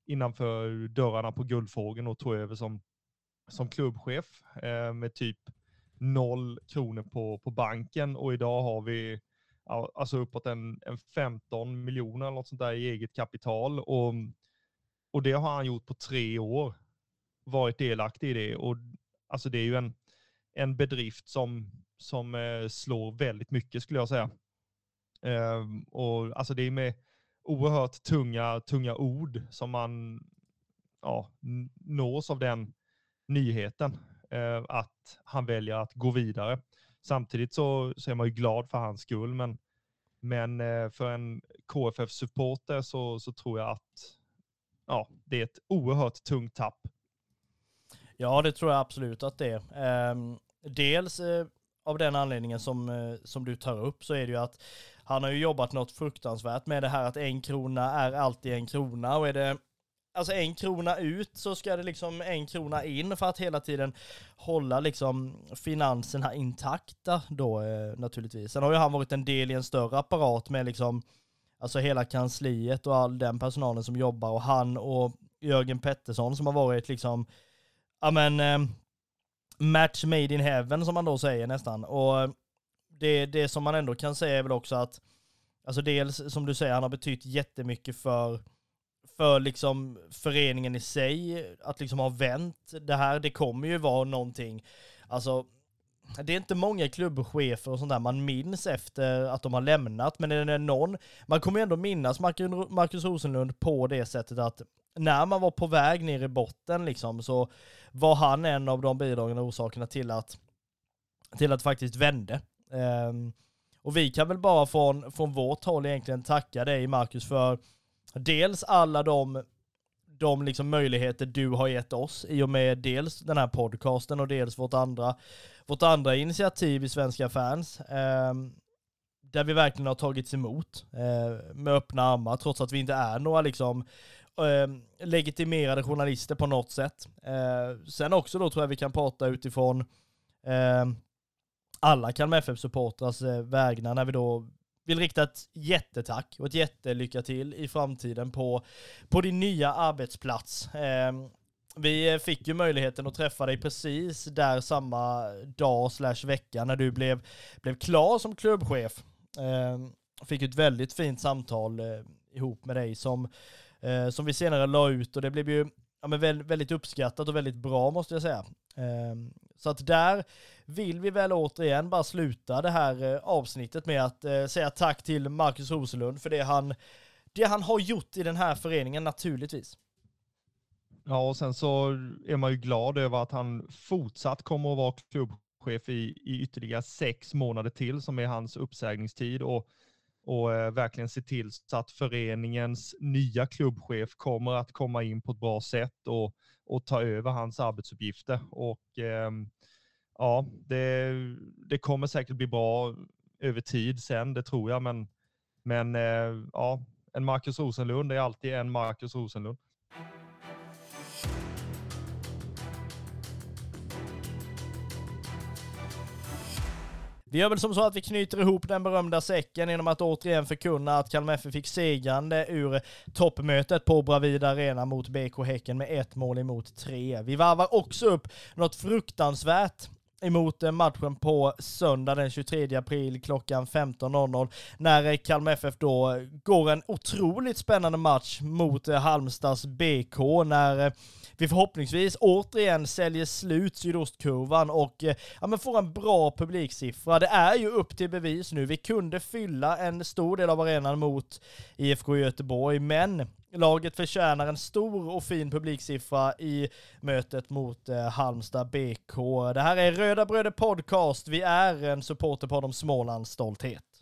innanför dörrarna på Guldfågeln och tog över som, som klubbchef eh, med typ noll kronor på, på banken. Och idag har vi alltså uppåt en, en femton miljoner eller något sånt där i eget kapital. Och, och det har han gjort på tre år. Varit delaktig i det. Och alltså det är ju en, en bedrift som, som eh, slår väldigt mycket skulle jag säga. Eh, och alltså det är med oerhört tunga, tunga ord som man ja, nås av den nyheten. Eh, att han väljer att gå vidare. Samtidigt så, så är man ju glad för hans skull, men, men eh, för en K F F-supporter så, så tror jag att ja, det är ett oerhört tungt tapp. Ja, det tror jag absolut att det är. Um, dels uh, av den anledningen som, uh, som du tar upp så är det ju att han har ju jobbat något fruktansvärt med det här att en krona är alltid en krona, och är det alltså en krona ut så ska det liksom en krona in för att hela tiden hålla liksom finanserna intakta då eh, naturligtvis. Sen har ju han varit en del i en större apparat med liksom alltså hela kansliet och all den personalen som jobbar, och han och Jörgen Pettersson som har varit liksom ja men eh, match made in heaven som man då säger nästan. Och det, det som man ändå kan säga är väl också att alltså dels som du säger, han har betytt jättemycket för för liksom föreningen i sig, att liksom ha vänt det här. Det kommer ju vara någonting, alltså det är inte många klubbchefer och sånt där man minns efter att de har lämnat, men är det någon, man kommer ju ändå minnas Marcus, Marcus Rosenlund på det sättet att när man var på väg ner i botten liksom, så var han en av de bidragande orsakerna till att till att faktiskt vände. Um, och vi kan väl bara från, från vårt håll egentligen tacka dig Marcus för dels alla de, de liksom möjligheter du har gett oss i och med dels den här podcasten och dels vårt andra, vårt andra initiativ i Svenska Fans. Eh, där vi verkligen har tagits emot eh, med öppna armar trots att vi inte är några liksom, eh, legitimerade journalister på något sätt. Eh, sen också då tror jag vi kan prata utifrån eh, alla Kalmar F F-supportras eh, vägnar när vi då vill rikta ett jättetack och ett jättelycka till i framtiden på, på din nya arbetsplats. Eh, vi fick ju möjligheten att träffa dig precis där samma dag slash vecka när du blev, blev klar som klubbchef. Eh, fick ett väldigt fint samtal eh, ihop med dig som, eh, som vi senare la ut, och det blev ju ja, men väldigt, väldigt uppskattat och väldigt bra måste jag säga. Eh, så att där vill vi väl återigen bara sluta det här eh, avsnittet med att eh, säga tack till Marcus Rosenlund för det han, det han har gjort i den här föreningen naturligtvis. Ja, och sen så är man ju glad över att han fortsatt kommer att vara klubbchef i, i ytterligare sex månader till som är hans uppsägningstid, och, och eh, verkligen se till så att föreningens nya klubbchef kommer att komma in på ett bra sätt och, och ta över hans arbetsuppgifter. Och eh, ja, det, det kommer säkert bli bra över tid sen, det tror jag. Men, men eh, ja, en Marcus Rosenlund är alltid en Marcus Rosenlund. Vi gör väl som så att vi knyter ihop den berömda säcken genom att återigen förkunna att Kalmar F F fick segrande ur toppmötet på Bravida Arena mot B K Häcken med ett mål emot tre. Vi varvar också upp något fruktansvärt emot matchen på söndag den tjugotredje april klockan femton noll noll när Kalmar F F då går en otroligt spännande match mot Halmstads B K när vi förhoppningsvis återigen säljer slut sydostkurvan och ja, men får en bra publiksiffra. Det är ju upp till bevis nu. Vi kunde fylla en stor del av arenan mot I F K Göteborg, men laget förtjänar en stor och fin publiksiffra i mötet mot eh, Halmstad B K. Det här är Röda Bröder Podcast. Vi är en supporter på de Smålands stolthet.